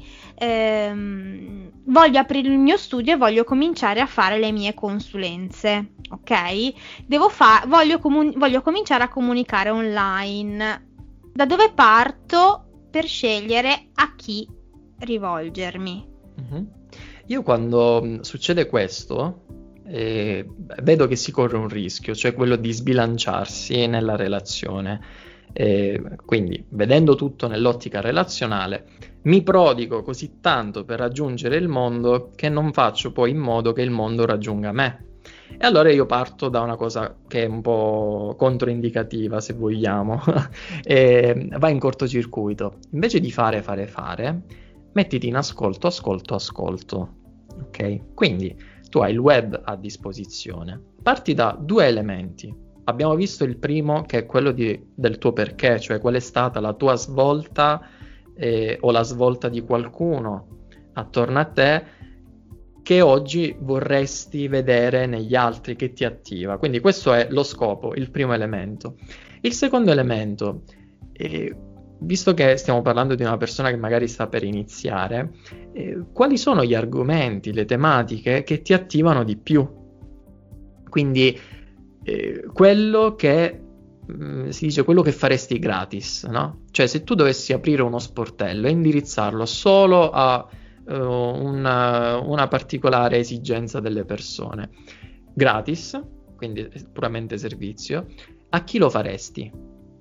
Ehm, voglio aprire il mio studio e voglio cominciare a fare le mie consulenze, ok? Devo fa- voglio, comun- voglio cominciare a comunicare online. Da dove parto per scegliere a chi rivolgermi? Mm-hmm. Io quando succede questo eh, vedo che si corre un rischio, cioè quello di sbilanciarsi nella relazione. Eh, quindi, vedendo tutto nell'ottica relazionale, mi prodigo così tanto per raggiungere il mondo che non faccio poi in modo che il mondo raggiunga me. E allora io parto da una cosa che è un po' controindicativa, se vogliamo, e va in cortocircuito. Invece di fare, fare, fare, mettiti in ascolto, ascolto, ascolto. Ok? Quindi tu hai il web a disposizione. Parti da due elementi. Abbiamo visto il primo, che è quello di, del tuo perché, cioè qual è stata la tua svolta eh, o la svolta di qualcuno attorno a te che oggi vorresti vedere negli altri, che ti attiva. Quindi questo è lo scopo, il primo elemento. Il secondo elemento, eh, visto che stiamo parlando di una persona che magari sta per iniziare, eh, quali sono gli argomenti, le tematiche che ti attivano di più? Quindi eh, quello che mh, si dice quello che faresti gratis, no? Cioè se tu dovessi aprire uno sportello e indirizzarlo solo a uh, una, una particolare esigenza delle persone, gratis, quindi puramente servizio, a chi lo faresti?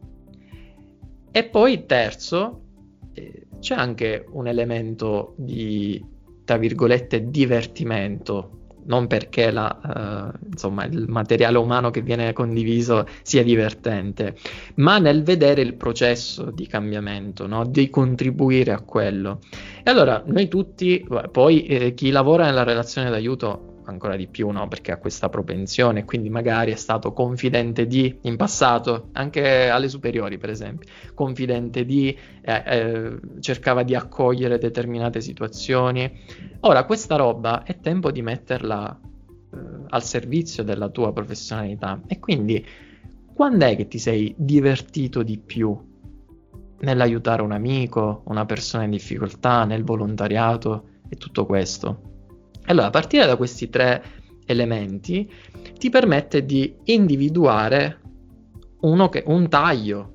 E poi terzo, eh, c'è anche un elemento di, tra virgolette, divertimento, non perché la, uh, insomma, il materiale umano che viene condiviso sia divertente, ma nel vedere il processo di cambiamento, no? Di contribuire a quello. E allora noi tutti, poi eh, chi lavora nella relazione d'aiuto ancora di più, no? Perché ha questa propensione, quindi magari è stato confidente di, in passato, anche alle superiori per esempio, confidente di, eh, eh, cercava di accogliere determinate situazioni. Ora questa roba è tempo di metterla eh, al servizio della tua professionalità. E quindi quando è che ti sei divertito di più nell'aiutare un amico, una persona in difficoltà, nel volontariato e tutto questo? Allora, partire da questi tre elementi ti permette di individuare uno che, un taglio.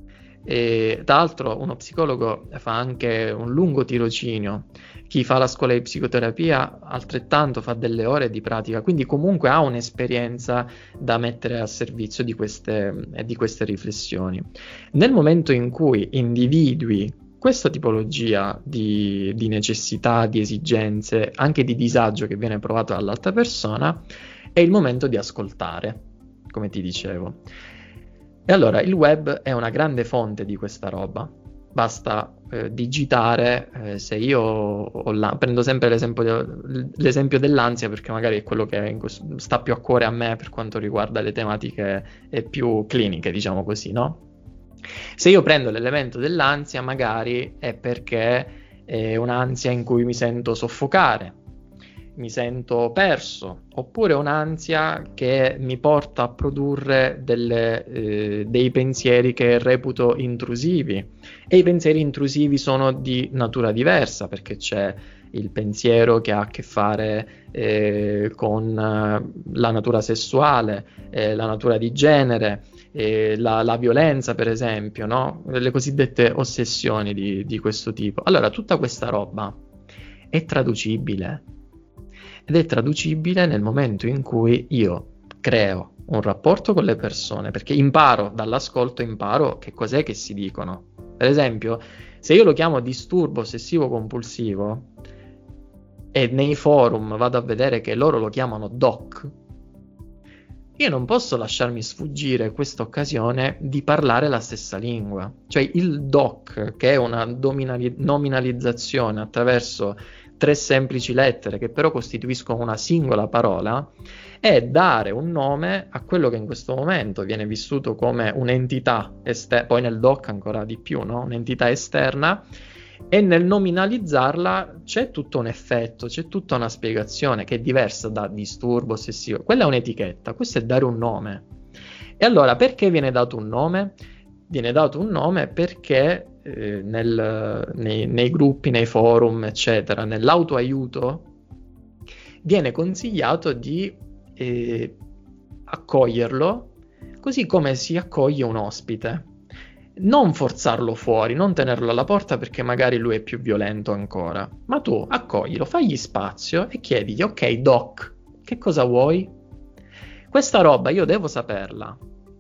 E, tra l'altro uno psicologo fa anche un lungo tirocinio, chi fa la scuola di psicoterapia altrettanto fa delle ore di pratica, quindi comunque ha un'esperienza da mettere a servizio di queste, di queste riflessioni. Nel momento in cui individui questa tipologia di, di necessità, di esigenze, anche di disagio che viene provato dall'altra persona, è il momento di ascoltare, come ti dicevo. E allora il web è una grande fonte di questa roba. Basta eh, digitare, eh, se io ho la... prendo sempre l'esempio, l'esempio dell'ansia perché magari è quello che questo, sta più a cuore a me per quanto riguarda le tematiche eh, più cliniche, diciamo così, no? Se io prendo l'elemento dell'ansia, magari è perché è un'ansia in cui mi sento soffocare, mi sento perso, oppure un'ansia che mi porta a produrre delle, eh, dei pensieri che reputo intrusivi. E i pensieri intrusivi sono di natura diversa, perché c'è il pensiero che ha a che fare eh, con eh, la natura sessuale, eh, la natura di genere, eh, la, la violenza per esempio, no? Le cosiddette ossessioni di, di questo tipo. Allora tutta questa roba è traducibile ed è traducibile nel momento in cui io creo un rapporto con le persone, perché imparo dall'ascolto, imparo che cos'è che si dicono. Per esempio, se io lo chiamo disturbo ossessivo compulsivo e nei forum vado a vedere che loro lo chiamano D O C, io non posso lasciarmi sfuggire questa occasione di parlare la stessa lingua. Cioè il D O C, che è una dominali- nominalizzazione attraverso tre semplici lettere che però costituiscono una singola parola, è dare un nome a quello che in questo momento viene vissuto come un'entità esterna, poi nel D O C ancora di più, no? Un'entità esterna, e nel nominalizzarla c'è tutto un effetto, c'è tutta una spiegazione che è diversa da disturbo ossessivo. Quella è un'etichetta, questo è dare un nome. E allora perché viene dato un nome? Viene dato un nome perché eh, nel, nei, nei gruppi, nei forum, eccetera, nell'autoaiuto viene consigliato di eh, accoglierlo così come si accoglie un ospite. Non forzarlo fuori, non tenerlo alla porta perché magari lui è più violento ancora, ma tu accoglilo, fagli spazio e chiedigli: ok doc, che cosa vuoi? Questa roba io devo saperla,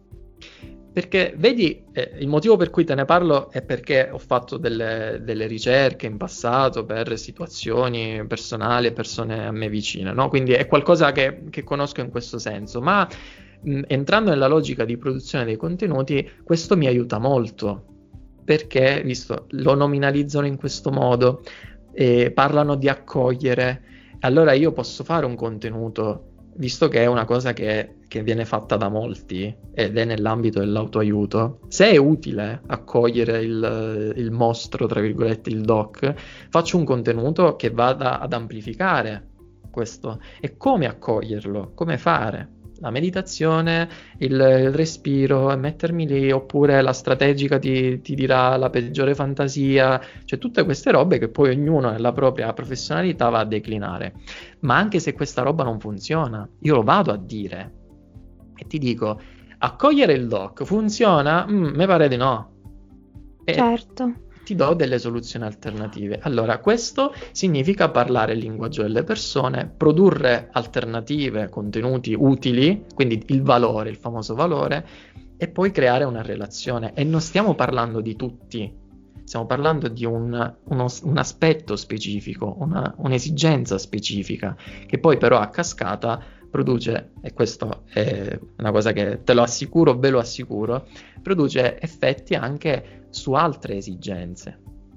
perché vedi, eh, il motivo per cui te ne parlo è perché ho fatto delle, delle ricerche in passato per situazioni personali e persone a me vicine, no? Quindi è qualcosa che, che conosco in questo senso, ma mh, entrando nella logica di produzione dei contenuti, questo mi aiuta molto, perché, visto, lo nominalizzano in questo modo, eh, parlano di accogliere, allora io posso fare un contenuto, visto che è una cosa che, che viene fatta da molti ed è nell'ambito dell'autoaiuto, se è utile accogliere il, il mostro, tra virgolette, il doc, faccio un contenuto che vada ad amplificare questo. E come accoglierlo? Come fare? La meditazione, il, il respiro, mettermi lì, oppure la strategica ti, ti dirà la peggiore fantasia, cioè tutte queste robe che poi ognuno nella propria professionalità va a declinare. Ma anche se questa roba non funziona, io lo vado a dire e ti dico: accogliere il doc funziona? Mm, me pare di no. E certo. Ti do delle soluzioni alternative. Allora, questo significa parlare il linguaggio delle persone, produrre alternative, contenuti utili, quindi il valore, il famoso valore, e poi creare una relazione. E non stiamo parlando di tutti, stiamo parlando di un, uno, un aspetto specifico, una, un'esigenza specifica, che poi però a cascata produce, e questo è una cosa che te lo assicuro, ve lo assicuro, produce effetti anche su altre esigenze.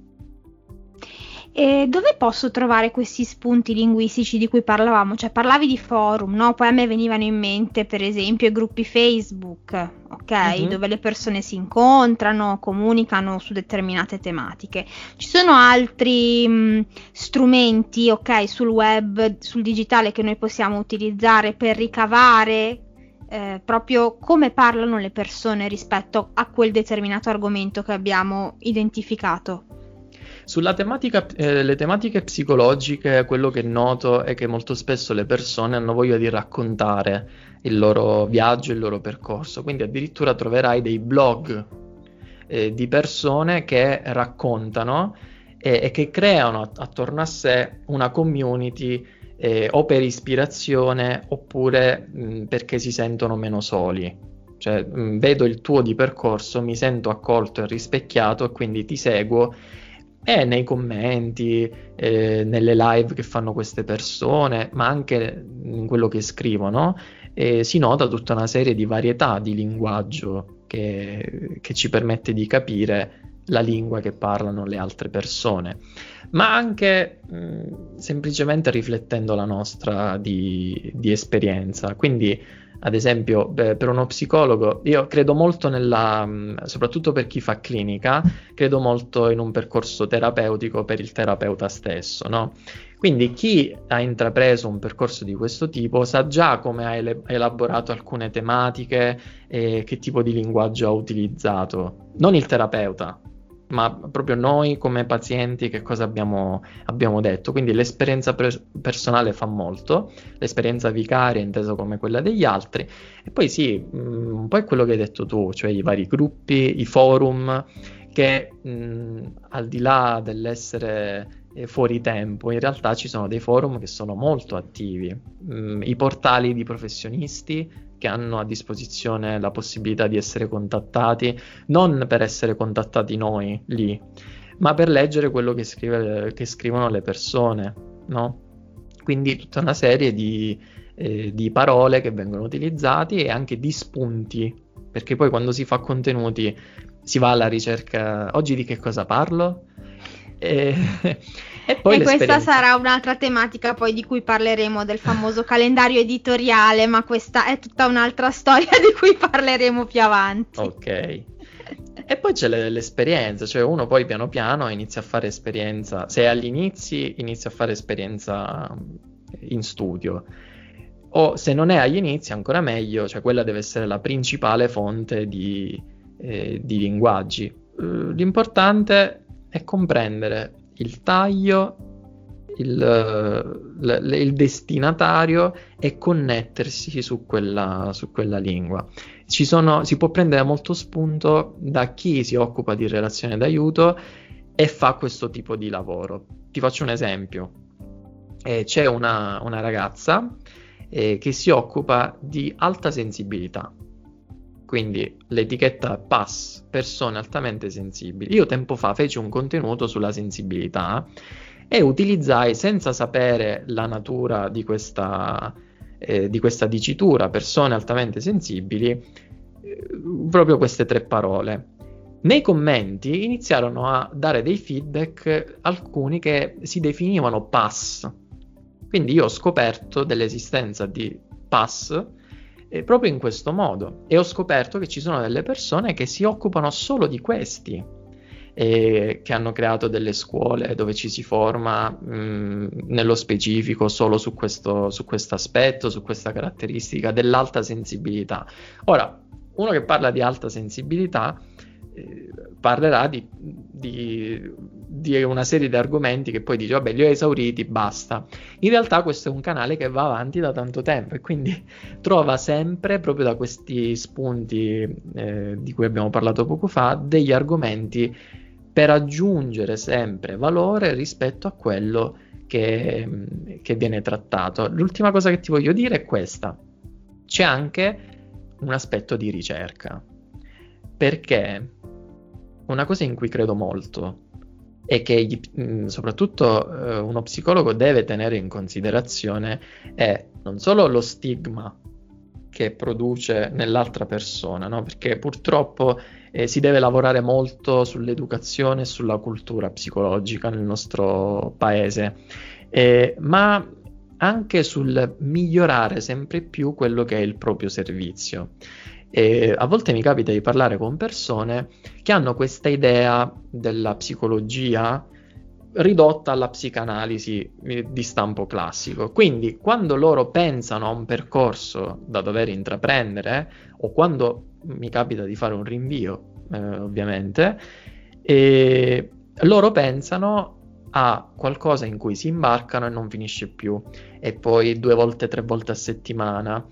E dove posso trovare questi spunti linguistici di cui parlavamo? Cioè, parlavi di forum, no? Poi a me venivano in mente, per esempio, i gruppi Facebook, ok? Mm-hmm. Dove le persone si incontrano, comunicano su determinate tematiche. Ci sono altri mh, strumenti, ok, sul web, sul digitale, che noi possiamo utilizzare per ricavare eh, proprio come parlano le persone rispetto a quel determinato argomento che abbiamo identificato? Sulla tematica, eh, le tematiche psicologiche, quello che noto è che molto spesso le persone hanno voglia di raccontare il loro viaggio, il loro percorso, quindi addirittura troverai dei blog eh, di persone che raccontano eh, e che creano attorno a sé una community eh, o per ispirazione oppure mh, perché si sentono meno soli. Cioè, mh, vedo il tuo di percorso, mi sento accolto e rispecchiato e quindi ti seguo. E nei commenti, eh, nelle live che fanno queste persone, ma anche in quello che scrivono, eh, si nota tutta una serie di varietà di linguaggio che, che ci permette di capire la lingua che parlano le altre persone, ma anche mh, semplicemente riflettendo la nostra di, di esperienza. Quindi, ad esempio, beh, per uno psicologo, io credo molto nella, soprattutto per chi fa clinica, credo molto in un percorso terapeutico per il terapeuta stesso, no? Quindi chi ha intrapreso un percorso di questo tipo sa già come ha ele- elaborato alcune tematiche e che tipo di linguaggio ha utilizzato. Non il terapeuta, ma proprio noi come pazienti che cosa abbiamo, abbiamo detto. Quindi l'esperienza per- personale fa molto, l'esperienza vicaria intesa come quella degli altri, e poi sì, mh, un po' è quello che hai detto tu, cioè i vari gruppi, i forum, che mh, al di là dell'essere eh, fuori tempo, in realtà ci sono dei forum che sono molto attivi, mh, i portali di professionisti che hanno a disposizione la possibilità di essere contattati, non per essere contattati noi lì, ma per leggere quello che, scrive, che scrivono le persone, no? Quindi tutta una serie di, eh, di parole che vengono utilizzate e anche di spunti, perché poi quando si fa contenuti si va alla ricerca, oggi di che cosa parlo? E, e poi e questa sarà un'altra tematica poi di cui parleremo, del famoso calendario editoriale, ma questa è tutta un'altra storia di cui parleremo più avanti. Ok. E poi c'è le, l'esperienza, cioè uno poi piano piano inizia a fare esperienza, se agli inizi inizia a fare esperienza in studio, o se non è agli inizi ancora meglio, cioè quella deve essere la principale fonte di, eh, di linguaggi. Uh, l'importante è comprendere il taglio, il, l- il destinatario e connettersi su quella, su quella lingua. Ci sono, si può prendere molto spunto da chi si occupa di relazione d'aiuto e fa questo tipo di lavoro. Ti faccio un esempio. Eh, c'è una, una ragazza eh, che si occupa di alta sensibilità. Quindi l'etichetta P A S, persone altamente sensibili. Io tempo fa feci un contenuto sulla sensibilità e utilizzai, senza sapere la natura di questa, eh, di questa dicitura, persone altamente sensibili, eh, proprio queste tre parole. Nei commenti iniziarono a dare dei feedback alcuni che si definivano P A S. Quindi io ho scoperto dell'esistenza di P A S Eh, proprio in questo modo, e ho scoperto che ci sono delle persone che si occupano solo di questi, eh, che hanno creato delle scuole dove ci si forma mh, nello specifico solo su questo su questo aspetto, su questa caratteristica dell'alta sensibilità. Ora, uno che parla di alta sensibilità eh, parlerà di, di, di una serie di argomenti che poi dice vabbè, li ho esauriti, basta. In realtà questo è un canale che va avanti da tanto tempo e quindi trova sempre, proprio da questi spunti eh, di cui abbiamo parlato poco fa, degli argomenti per aggiungere sempre valore rispetto a quello che, che viene trattato. L'ultima cosa che ti voglio dire è questa: c'è anche un aspetto di ricerca, perché una cosa in cui credo molto e che gli, mh, soprattutto eh, uno psicologo deve tenere in considerazione è non solo lo stigma che produce nell'altra persona, no? Perché purtroppo eh, si deve lavorare molto sull'educazione e sulla cultura psicologica nel nostro paese, eh, ma anche sul migliorare sempre più quello che è il proprio servizio. E a volte mi capita di parlare con persone che hanno questa idea della psicologia ridotta alla psicanalisi di stampo classico. Quindi quando loro pensano a un percorso da dover intraprendere, o quando mi capita di fare un rinvio, eh, ovviamente, e loro pensano a qualcosa in cui si imbarcano e non finisce più, e poi due volte, tre volte a settimana.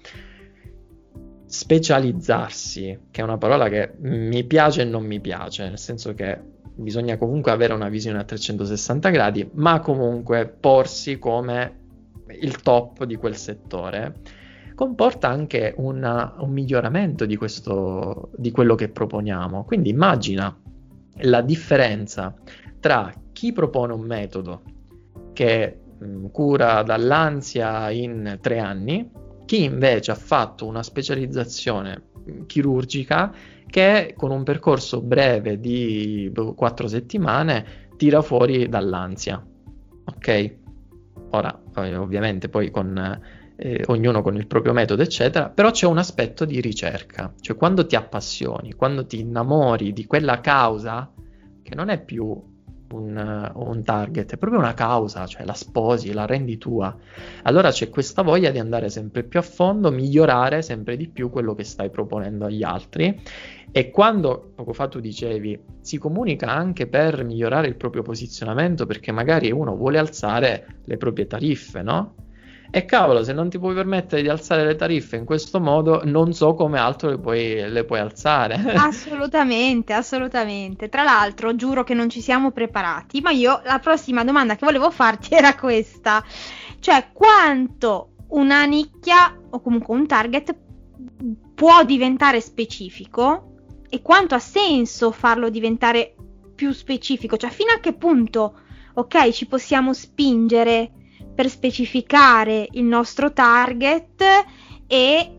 Specializzarsi, che è una parola che mi piace e non mi piace, nel senso che bisogna comunque avere una visione a trecentosessanta gradi, ma comunque porsi come il top di quel settore, comporta anche una, un miglioramento di questo, di quello che proponiamo. Quindi immagina la differenza tra chi propone un metodo che mh, cura dall'ansia in tre anni, chi invece ha fatto una specializzazione chirurgica che con un percorso breve di quattro settimane tira fuori dall'ansia. Ok? Ora, ovviamente poi con eh, ognuno con il proprio metodo, eccetera, però c'è un aspetto di ricerca, cioè quando ti appassioni, quando ti innamori di quella causa, che non è più un, un target, è proprio una causa, cioè la sposi, la rendi tua, allora c'è questa voglia di andare sempre più a fondo, migliorare sempre di più quello che stai proponendo agli altri. E quando, poco fa tu dicevi, si comunica anche per migliorare il proprio posizionamento, perché magari uno vuole alzare le proprie tariffe, no? E cavolo, se non ti puoi permettere di alzare le tariffe in questo modo, non so come altro le puoi, le puoi alzare. Assolutamente, assolutamente. Tra l'altro, giuro che non ci siamo preparati, ma io la prossima domanda che volevo farti era questa. Cioè, quanto una nicchia o comunque un target può diventare specifico e quanto ha senso farlo diventare più specifico? Cioè, fino a che punto, ok, ci possiamo spingere per specificare il nostro target e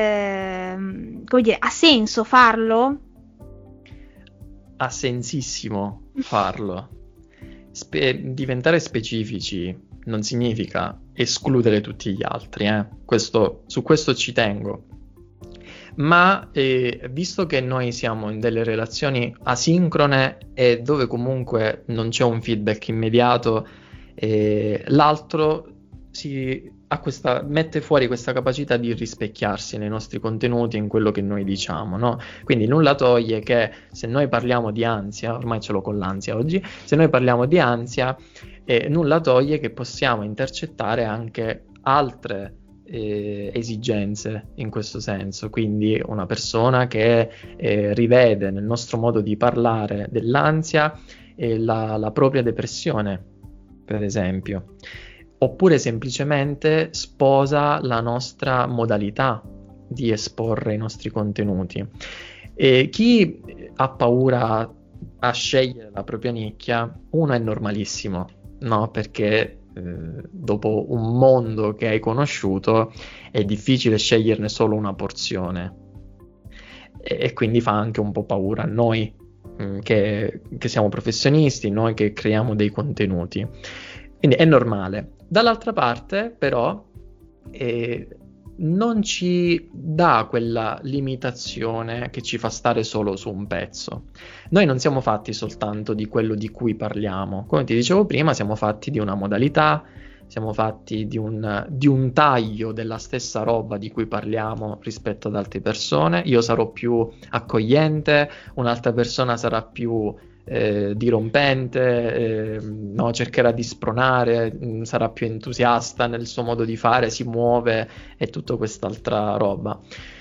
ehm, come dire, ha senso farlo? Ha sensissimo farlo. Spe- diventare specifici non significa escludere tutti gli altri, eh? Questo, su questo ci tengo. Ma eh, visto che noi siamo in delle relazioni asincrone e dove comunque non c'è un feedback immediato, e l'altro si ha questa, mette fuori questa capacità di rispecchiarsi nei nostri contenuti, in quello che noi diciamo, no? Quindi nulla toglie che se noi parliamo di ansia, ormai ce l'ho con l'ansia oggi, se noi parliamo di ansia, eh, nulla toglie che possiamo intercettare anche altre eh, esigenze in questo senso. Quindi una persona che eh, rivede nel nostro modo di parlare dell'ansia eh, la, la propria depressione, per esempio, oppure semplicemente sposa la nostra modalità di esporre i nostri contenuti. E chi ha paura a scegliere la propria nicchia, uno, è normalissimo, no? Perché eh, dopo un mondo che hai conosciuto è difficile sceglierne solo una porzione, e, e quindi fa anche un po' paura a noi Che, che siamo professionisti, noi che creiamo dei contenuti, quindi è normale. Dall'altra parte però eh, non ci dà quella limitazione che ci fa stare solo su un pezzo. Noi non siamo fatti soltanto di quello di cui parliamo, come ti dicevo prima, siamo fatti di una modalità, siamo fatti di un, di un taglio della stessa roba di cui parliamo rispetto ad altre persone. Io sarò più accogliente, un'altra persona sarà più eh, dirompente, eh, no, cercherà di spronare, mh, sarà più entusiasta nel suo modo di fare, si muove e tutta quest'altra roba.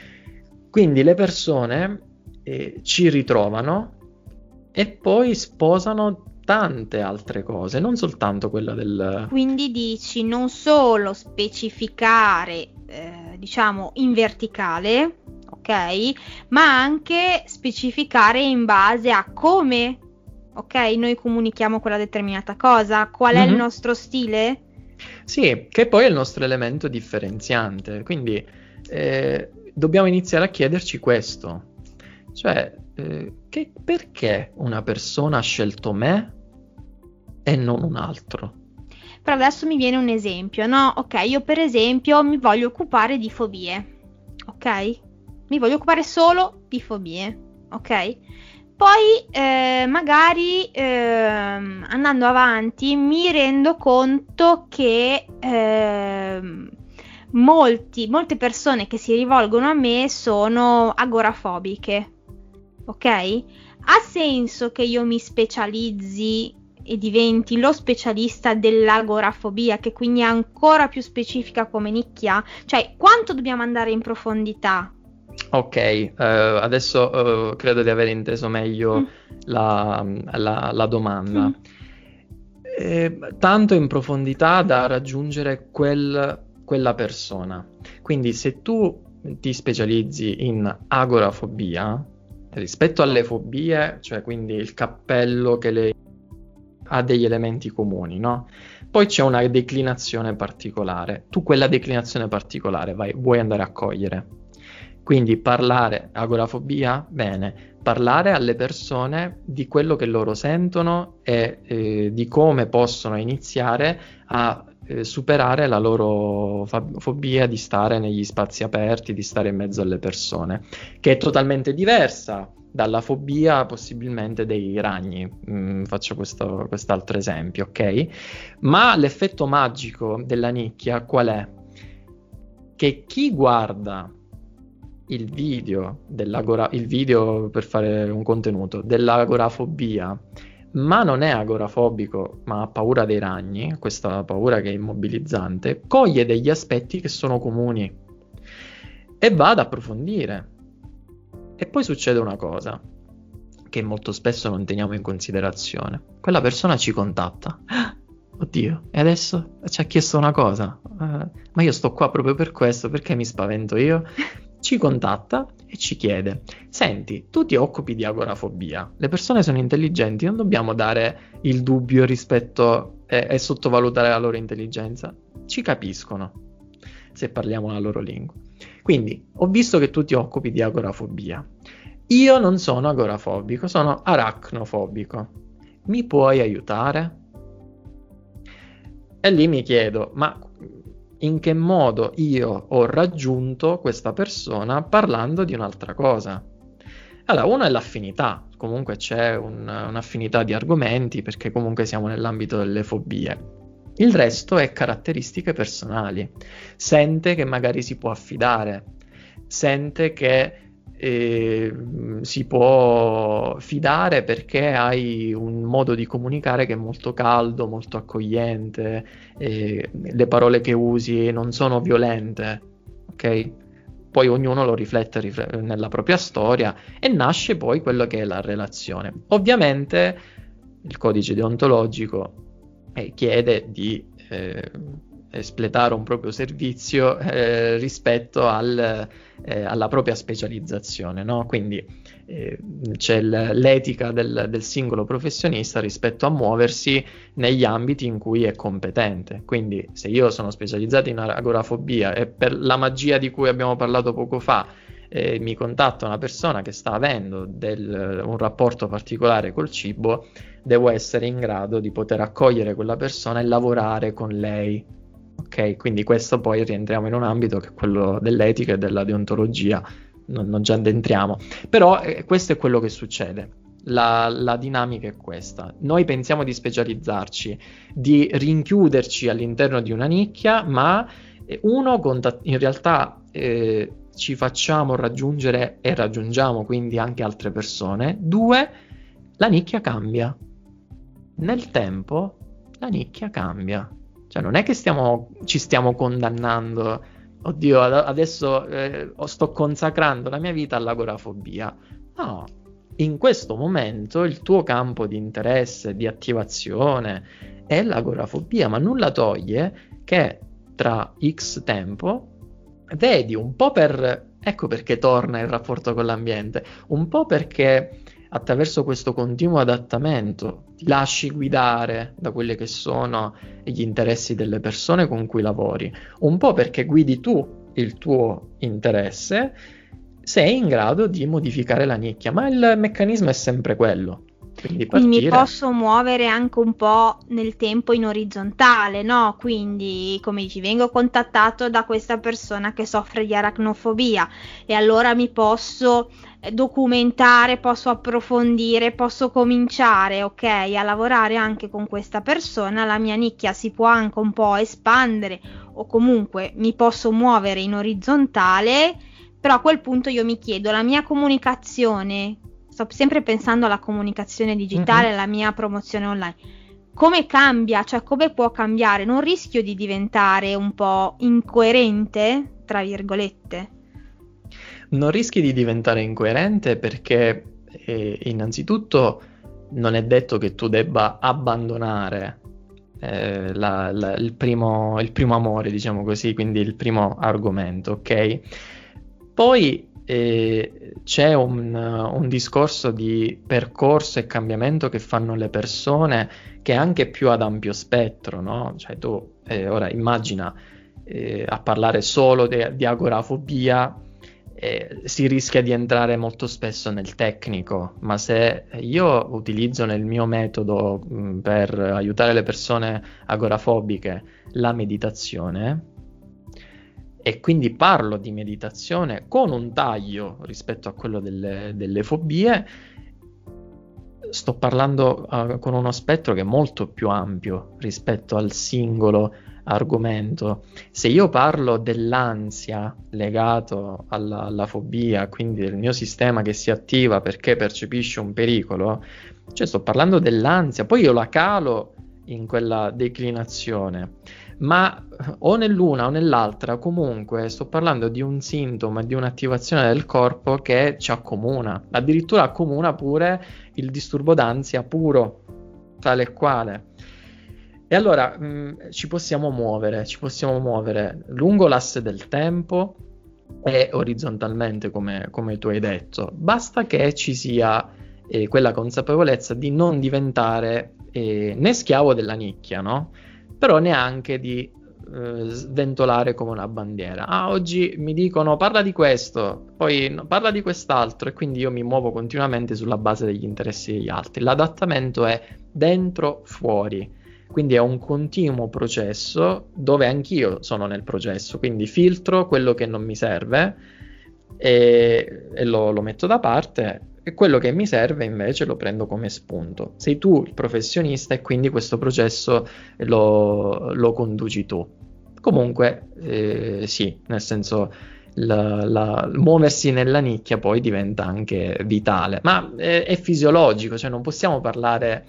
Quindi le persone eh, ci ritrovano e poi sposano tante altre cose, non soltanto quella del... Quindi dici non solo specificare, eh, diciamo, in verticale, ok? Ma anche specificare in base a come, ok? Noi comunichiamo quella determinata cosa, qual è mm-hmm. il nostro stile? Sì, che poi è il nostro elemento differenziante, quindi eh, dobbiamo iniziare a chiederci questo, cioè eh, che, perché una persona ha scelto me e non un altro? Però adesso mi viene un esempio, no? Ok, io per esempio mi voglio occupare di fobie, ok? Mi voglio occupare solo di fobie, ok? Poi eh, magari eh, andando avanti mi rendo conto che eh, molti, molte persone che si rivolgono a me sono agorafobiche, ok? Ha senso che io mi specializzi e diventi lo specialista dell'agorafobia, che quindi è ancora più specifica come nicchia? Cioè, quanto dobbiamo andare in profondità? Ok, uh, adesso uh, credo di aver inteso meglio mm. la, la, la domanda. Mm. Eh, tanto in profondità da raggiungere quel, quella persona. Quindi se tu ti specializzi in agorafobia, rispetto alle fobie, cioè quindi il cappello che le ha degli elementi comuni, no? Poi c'è una declinazione particolare. Tu quella declinazione particolare vai, vuoi andare a cogliere. Quindi parlare agorafobia, bene, parlare alle persone di quello che loro sentono e eh, di come possono iniziare a eh, superare la loro fa- fobia di stare negli spazi aperti, di stare in mezzo alle persone, che è totalmente diversa dalla fobia possibilmente dei ragni. Mm, faccio questo quest'altro esempio, ok? Ma l'effetto magico della nicchia qual è? Che chi guarda il video dell'agora, il video per fare un contenuto dell'agorafobia, ma non è agorafobico, ma ha paura dei ragni, questa paura che è immobilizzante, coglie degli aspetti che sono comuni e va ad approfondire. E poi succede una cosa che molto spesso non teniamo in considerazione. Quella persona ci contatta. Oddio, e adesso ci ha chiesto una cosa. Uh, ma io sto qua proprio per questo, perché mi spavento io? Ci contatta e ci chiede: senti, tu ti occupi di agorafobia, le persone sono intelligenti, non dobbiamo dare il dubbio rispetto e, e sottovalutare la loro intelligenza, ci capiscono se parliamo la loro lingua. Quindi ho visto che tu ti occupi di agorafobia, io non sono agorafobico, sono aracnofobico, mi puoi aiutare? E lì mi chiedo, ma in che modo io ho raggiunto questa persona parlando di un'altra cosa? Allora, uno è l'affinità, comunque c'è un, un'affinità di argomenti perché comunque siamo nell'ambito delle fobie. Il resto è caratteristiche personali. Sente che magari si può affidare, sente che eh, si può fidare perché hai un modo di comunicare che è molto caldo, molto accogliente, eh, le parole che usi non sono violente, ok? Poi ognuno lo riflette rifle- nella propria storia e nasce poi quello che è la relazione. Ovviamente il codice deontologico eh, chiede di eh, espletare un proprio servizio eh, rispetto al, eh, alla propria specializzazione, no? Quindi eh, c'è l- l'etica del, del singolo professionista rispetto a muoversi negli ambiti in cui è competente. Quindi se io sono specializzato in agorafobia e per la magia di cui abbiamo parlato poco fa eh, mi contatta una persona che sta avendo del, un rapporto particolare col cibo, devo essere in grado di poter accogliere quella persona e lavorare con lei. Ok, quindi questo poi rientriamo in un ambito che è quello dell'etica e della deontologia, non, non ci addentriamo, però eh, questo è quello che succede, la, la dinamica è questa, noi pensiamo di specializzarci, di rinchiuderci all'interno di una nicchia, ma eh, uno, contat- in realtà eh, ci facciamo raggiungere e raggiungiamo quindi anche altre persone, due, la nicchia cambia, nel tempo la nicchia cambia. Cioè non è che stiamo, ci stiamo condannando, oddio, ad- adesso eh, sto consacrando la mia vita all'agorafobia. No, in questo momento il tuo campo di interesse, di attivazione è l'agorafobia, ma nulla toglie che tra X tempo vedi un po' per... Ecco perché torna il rapporto con l'ambiente, un po' perché attraverso questo continuo adattamento ti lasci guidare da quelli che sono gli interessi delle persone con cui lavori, un po' perché guidi tu il tuo interesse, sei in grado di modificare la nicchia, ma il meccanismo è sempre quello. Quindi, partire... Quindi mi posso muovere anche un po' nel tempo in orizzontale, no? Quindi, come dici, vengo contattato da questa persona che soffre di aracnofobia e allora mi posso documentare, posso approfondire, posso cominciare, ok, a lavorare anche con questa persona, la mia nicchia si può anche un po' espandere o comunque mi posso muovere in orizzontale, però a quel punto io mi chiedo, la mia comunicazione, sto sempre pensando alla comunicazione digitale, mm-hmm. alla mia promozione online, come cambia, cioè come può cambiare? Non rischio di diventare un po' incoerente, tra virgolette? Non rischi di diventare incoerente perché eh, innanzitutto non è detto che tu debba abbandonare eh, la, la, il, primo, il primo amore, diciamo così, quindi il primo argomento, ok? Poi eh, c'è un, un discorso di percorso e cambiamento che fanno le persone che è anche più ad ampio spettro, no? Cioè tu eh, ora immagina eh, a parlare solo de, di agorafobia eh, si rischia di entrare molto spesso nel tecnico, ma se io utilizzo nel mio metodo mh, per aiutare le persone agorafobiche la meditazione, e quindi parlo di meditazione con un taglio rispetto a quello delle, delle fobie, sto parlando uh, con uno spettro che è molto più ampio rispetto al singolo argomento. Se io parlo dell'ansia legato alla, alla fobia, quindi del mio sistema che si attiva perché percepisce un pericolo, cioè sto parlando dell'ansia, poi io la calo in quella declinazione, ma o nell'una o nell'altra comunque sto parlando di un sintomo, di un'attivazione del corpo che ci accomuna, addirittura accomuna pure il disturbo d'ansia puro, tale e quale. E allora mh, ci possiamo muovere, ci possiamo muovere lungo l'asse del tempo e orizzontalmente, come, come tu hai detto. Basta che ci sia eh, quella consapevolezza di non diventare eh, né schiavo della nicchia, no? Però neanche di eh, sventolare come una bandiera. Ah, oggi mi dicono parla di questo, poi no, parla di quest'altro, e quindi io mi muovo continuamente sulla base degli interessi degli altri. L'adattamento è dentro, fuori. Quindi è un continuo processo dove anch'io sono nel processo, quindi filtro quello che non mi serve e, e lo, lo metto da parte, e quello che mi serve invece lo prendo come spunto. Sei tu il professionista e quindi questo processo lo, lo conduci tu. Comunque eh, sì, nel senso la, la, muoversi nella nicchia poi diventa anche vitale, ma è, è fisiologico, cioè non possiamo parlare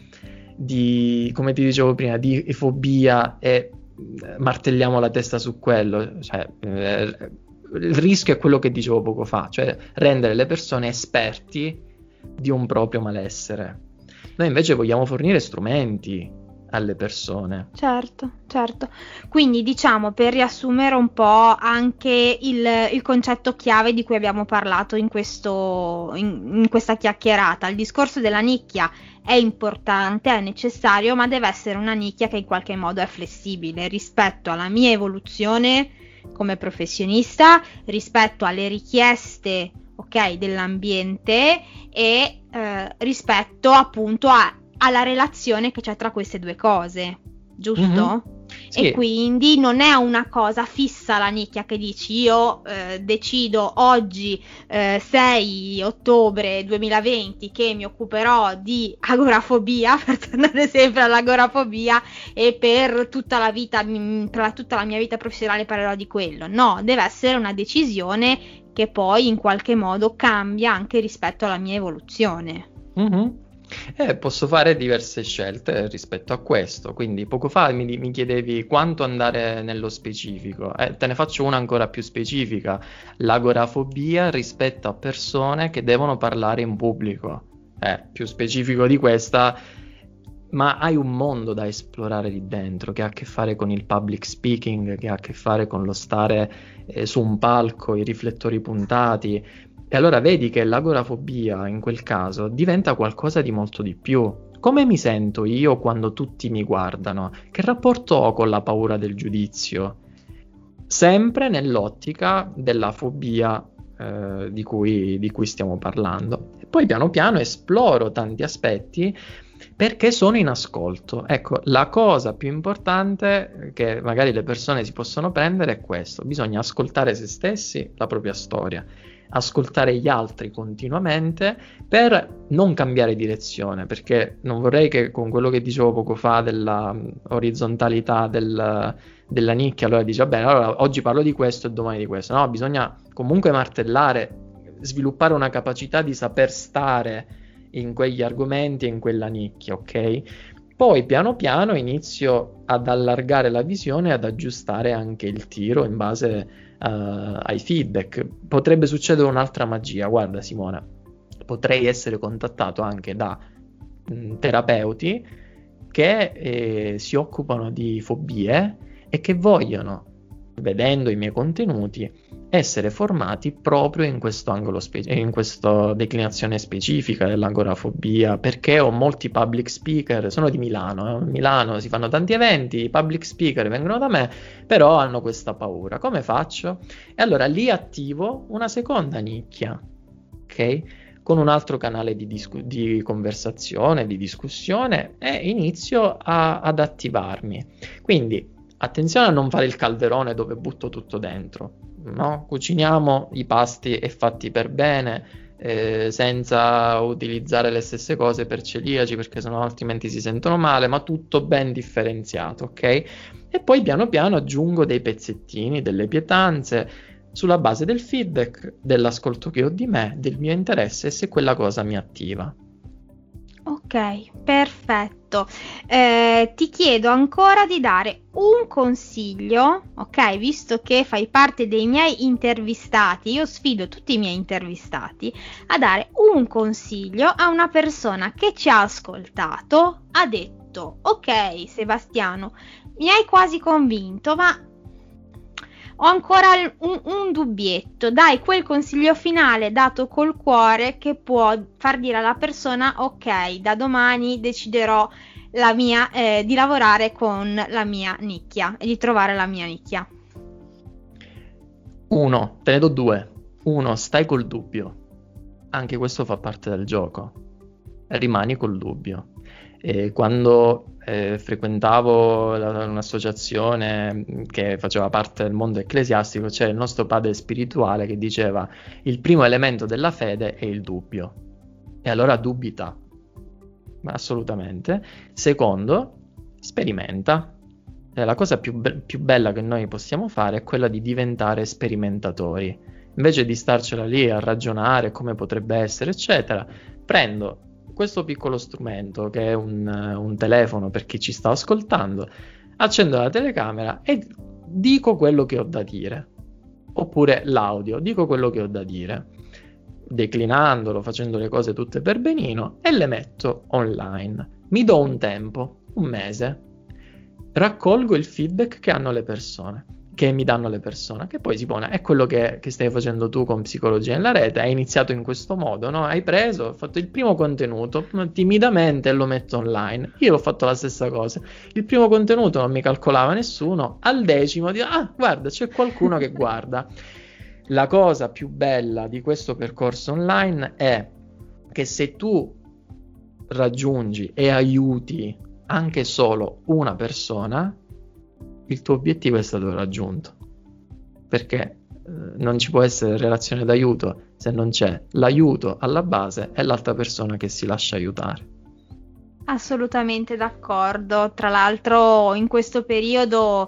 di, come ti dicevo prima, di fobia e martelliamo la testa su quello, cioè eh, il rischio è quello che dicevo poco fa, cioè rendere le persone esperti di un proprio malessere. Noi invece vogliamo fornire strumenti alle persone. Certo, certo. Quindi diciamo, per riassumere un po' anche il, il concetto chiave di cui abbiamo parlato in, questo, in, in questa chiacchierata, il discorso della nicchia è importante, è necessario, ma deve essere una nicchia che in qualche modo è flessibile rispetto alla mia evoluzione come professionista, rispetto alle richieste, ok, dell'ambiente e eh, rispetto appunto a, alla relazione che c'è tra queste due cose, giusto? Mm-hmm. Sì. E quindi non è una cosa fissa la nicchia che dici io eh, decido oggi eh, sei ottobre duemilaventi che mi occuperò di agorafobia, per tornare sempre all'agorafobia, e per tutta la vita, per tutta la mia vita professionale parlerò di quello. No, deve essere una decisione che poi in qualche modo cambia anche rispetto alla mia evoluzione. Mm-hmm. Eh, posso fare diverse scelte rispetto a questo, quindi poco fa mi, mi chiedevi quanto andare nello specifico, eh, te ne faccio una ancora più specifica: l'agorafobia rispetto a persone che devono parlare in pubblico. Eh, più specifico di questa, ma hai un mondo da esplorare lì dentro, che ha a che fare con il public speaking, che ha a che fare con lo stare eh, su un palco, i riflettori puntati. E allora vedi che l'agorafobia in quel caso diventa qualcosa di molto di più. Come mi sento io quando tutti mi guardano? Che rapporto ho con la paura del giudizio? Sempre nell'ottica della fobia eh, di cui, di cui stiamo parlando. E poi piano piano esploro tanti aspetti perché sono in ascolto. Ecco, la cosa più importante che magari le persone si possono prendere è questo: bisogna ascoltare se stessi, la propria storia, ascoltare gli altri continuamente per non cambiare direzione, perché non vorrei che con quello che dicevo poco fa della orizzontalità del, della nicchia, allora dici vabbè, allora oggi parlo di questo e domani di questo. No, bisogna comunque martellare, sviluppare una capacità di saper stare in quegli argomenti e in quella nicchia, ok? Poi piano piano inizio ad allargare la visione e ad aggiustare anche il tiro in base uh, ai feedback. Potrebbe succedere un'altra magia. Guarda Simona, potrei essere contattato anche da mh, terapeuti che eh, si occupano di fobie e che vogliono vedendo i miei contenuti, essere formati proprio in questo angolo spe- in questa declinazione specifica dell'agorafobia, perché ho molti public speaker, sono di Milano, eh? A Milano si fanno tanti eventi, i public speaker vengono da me, però hanno questa paura. Come faccio? E allora lì attivo una seconda nicchia, ok? Con un altro canale di, discu- di conversazione, di discussione, e inizio a- ad attivarmi. Quindi attenzione a non fare il calderone dove butto tutto dentro, no? Cuciniamo i pasti e fatti per bene, eh, senza utilizzare le stesse cose per celiaci, perché sennò altrimenti si sentono male, ma tutto ben differenziato, ok? E poi piano piano aggiungo dei pezzettini, delle pietanze, sulla base del feedback, dell'ascolto che ho di me, del mio interesse, e se quella cosa mi attiva. Ok, perfetto. Eh, ti chiedo ancora di dare un consiglio, ok? Visto che fai parte dei miei intervistati, io sfido tutti i miei intervistati a dare un consiglio a una persona che ci ha ascoltato, ha detto: ok, Sebastiano, mi hai quasi convinto, ma ho ancora un, un dubbietto. Dai quel consiglio finale dato col cuore che può far dire alla persona: ok, da domani deciderò la mia, eh, di lavorare con la mia nicchia e di trovare la mia nicchia. Uno, te ne do due. Uno, stai col dubbio. Anche questo fa parte del gioco. Rimani col dubbio. E quando eh, frequentavo la, un'associazione che faceva parte del mondo ecclesiastico, c'era il nostro padre spirituale che diceva: il primo elemento della fede è il dubbio. E allora dubita, assolutamente. Secondo, sperimenta. E la cosa più, be- più bella che noi possiamo fare è quella di diventare sperimentatori. Invece di starcela lì a ragionare come potrebbe essere, eccetera, prendo questo piccolo strumento che è un, un telefono per chi ci sta ascoltando, accendo la telecamera e dico quello che ho da dire, oppure l'audio, dico quello che ho da dire, declinandolo, facendo le cose tutte per benino, e le metto online. Mi do un tempo, un mese, raccolgo il feedback che hanno le persone, che mi danno le persone, che poi si pone, è quello che, che stai facendo tu con Psicologia nella Rete. Hai iniziato in questo modo, no? Hai preso, hai fatto il primo contenuto, timidamente lo metto online. Io ho fatto la stessa cosa. Il primo contenuto non mi calcolava nessuno, al decimo dico: ah, guarda, c'è qualcuno che guarda. La cosa più bella di questo percorso online è che se tu raggiungi e aiuti anche solo una persona, il tuo obiettivo è stato raggiunto, perché eh, non ci può essere relazione d'aiuto se non c'è l'aiuto alla base e l'altra persona che si lascia aiutare. Assolutamente d'accordo. Tra l'altro in questo periodo,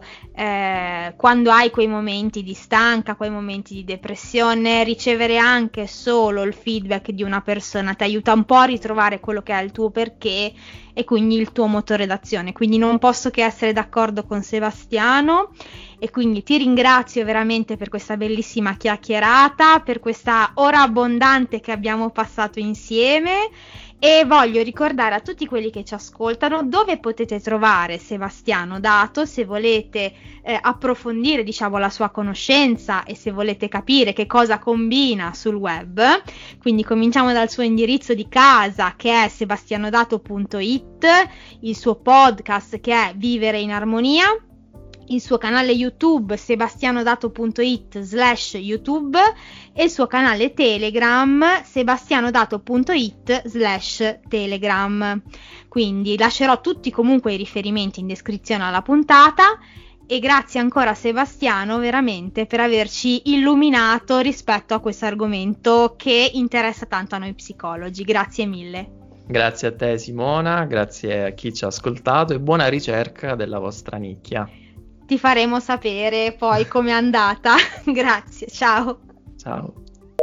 eh, quando hai quei momenti di stanca, quei momenti di depressione, ricevere anche solo il feedback di una persona ti aiuta un po' a ritrovare quello che è il tuo perché e quindi il tuo motore d'azione. Quindi non posso che essere d'accordo con Sebastiano, e quindi ti ringrazio veramente per questa bellissima chiacchierata, per questa ora abbondante che abbiamo passato insieme. E voglio ricordare a tutti quelli che ci ascoltano dove potete trovare Sebastiano Dato se volete eh, approfondire, diciamo, la sua conoscenza e se volete capire che cosa combina sul web. Quindi cominciamo dal suo indirizzo di casa, che è sebastianodato punto it, il suo podcast che è Vivere in Armonia, il suo canale YouTube sebastianodato punto it slash YouTube e il suo canale Telegram sebastianodato punto it slash Telegram. Quindi lascerò tutti comunque i riferimenti in descrizione alla puntata. E grazie ancora Sebastiano veramente per averci illuminato rispetto a questo argomento che interessa tanto a noi psicologi. Grazie mille. Grazie a te Simona, grazie a chi ci ha ascoltato e buona ricerca della vostra nicchia. Ti faremo sapere poi com'è andata. Grazie, ciao. Ciao.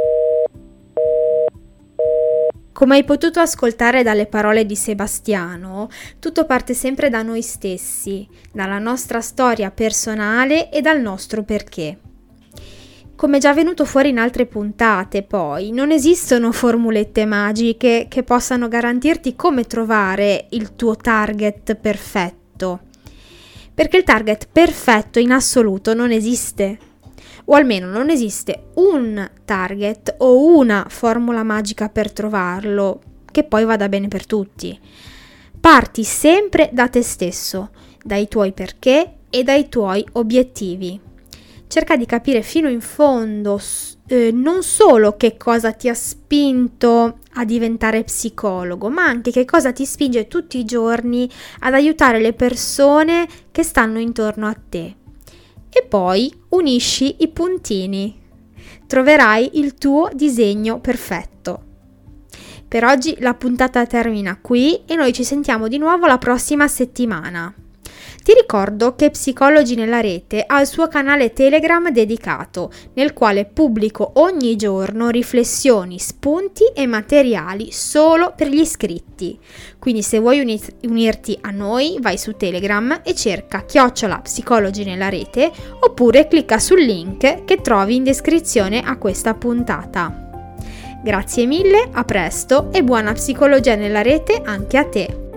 Come hai potuto ascoltare dalle parole di Sebastiano, tutto parte sempre da noi stessi, dalla nostra storia personale e dal nostro perché. Come già venuto fuori in altre puntate, poi, non esistono formulette magiche che possano garantirti come trovare il tuo target perfetto. perché il target perfetto in assoluto non esiste, o almeno non esiste un target o una formula magica per trovarlo che poi vada bene per tutti. Parti sempre da te stesso, dai tuoi perché e dai tuoi obiettivi. Cerca di capire fino in fondo eh, non solo che cosa ti ha spinto a diventare psicologo, ma anche che cosa ti spinge tutti i giorni ad aiutare le persone che stanno intorno a te. E poi unisci i puntini. Troverai il tuo disegno perfetto. Per oggi la puntata termina qui e noi ci sentiamo di nuovo la prossima settimana. Ti ricordo che Psicologi nella Rete ha il suo canale Telegram dedicato, nel quale pubblico ogni giorno riflessioni, spunti e materiali solo per gli iscritti. Quindi se vuoi uni- unirti a noi, vai su Telegram e cerca chiocciola Psicologi nella Rete oppure clicca sul link che trovi in descrizione a questa puntata. Grazie mille, a presto e buona psicologia nella rete anche a te!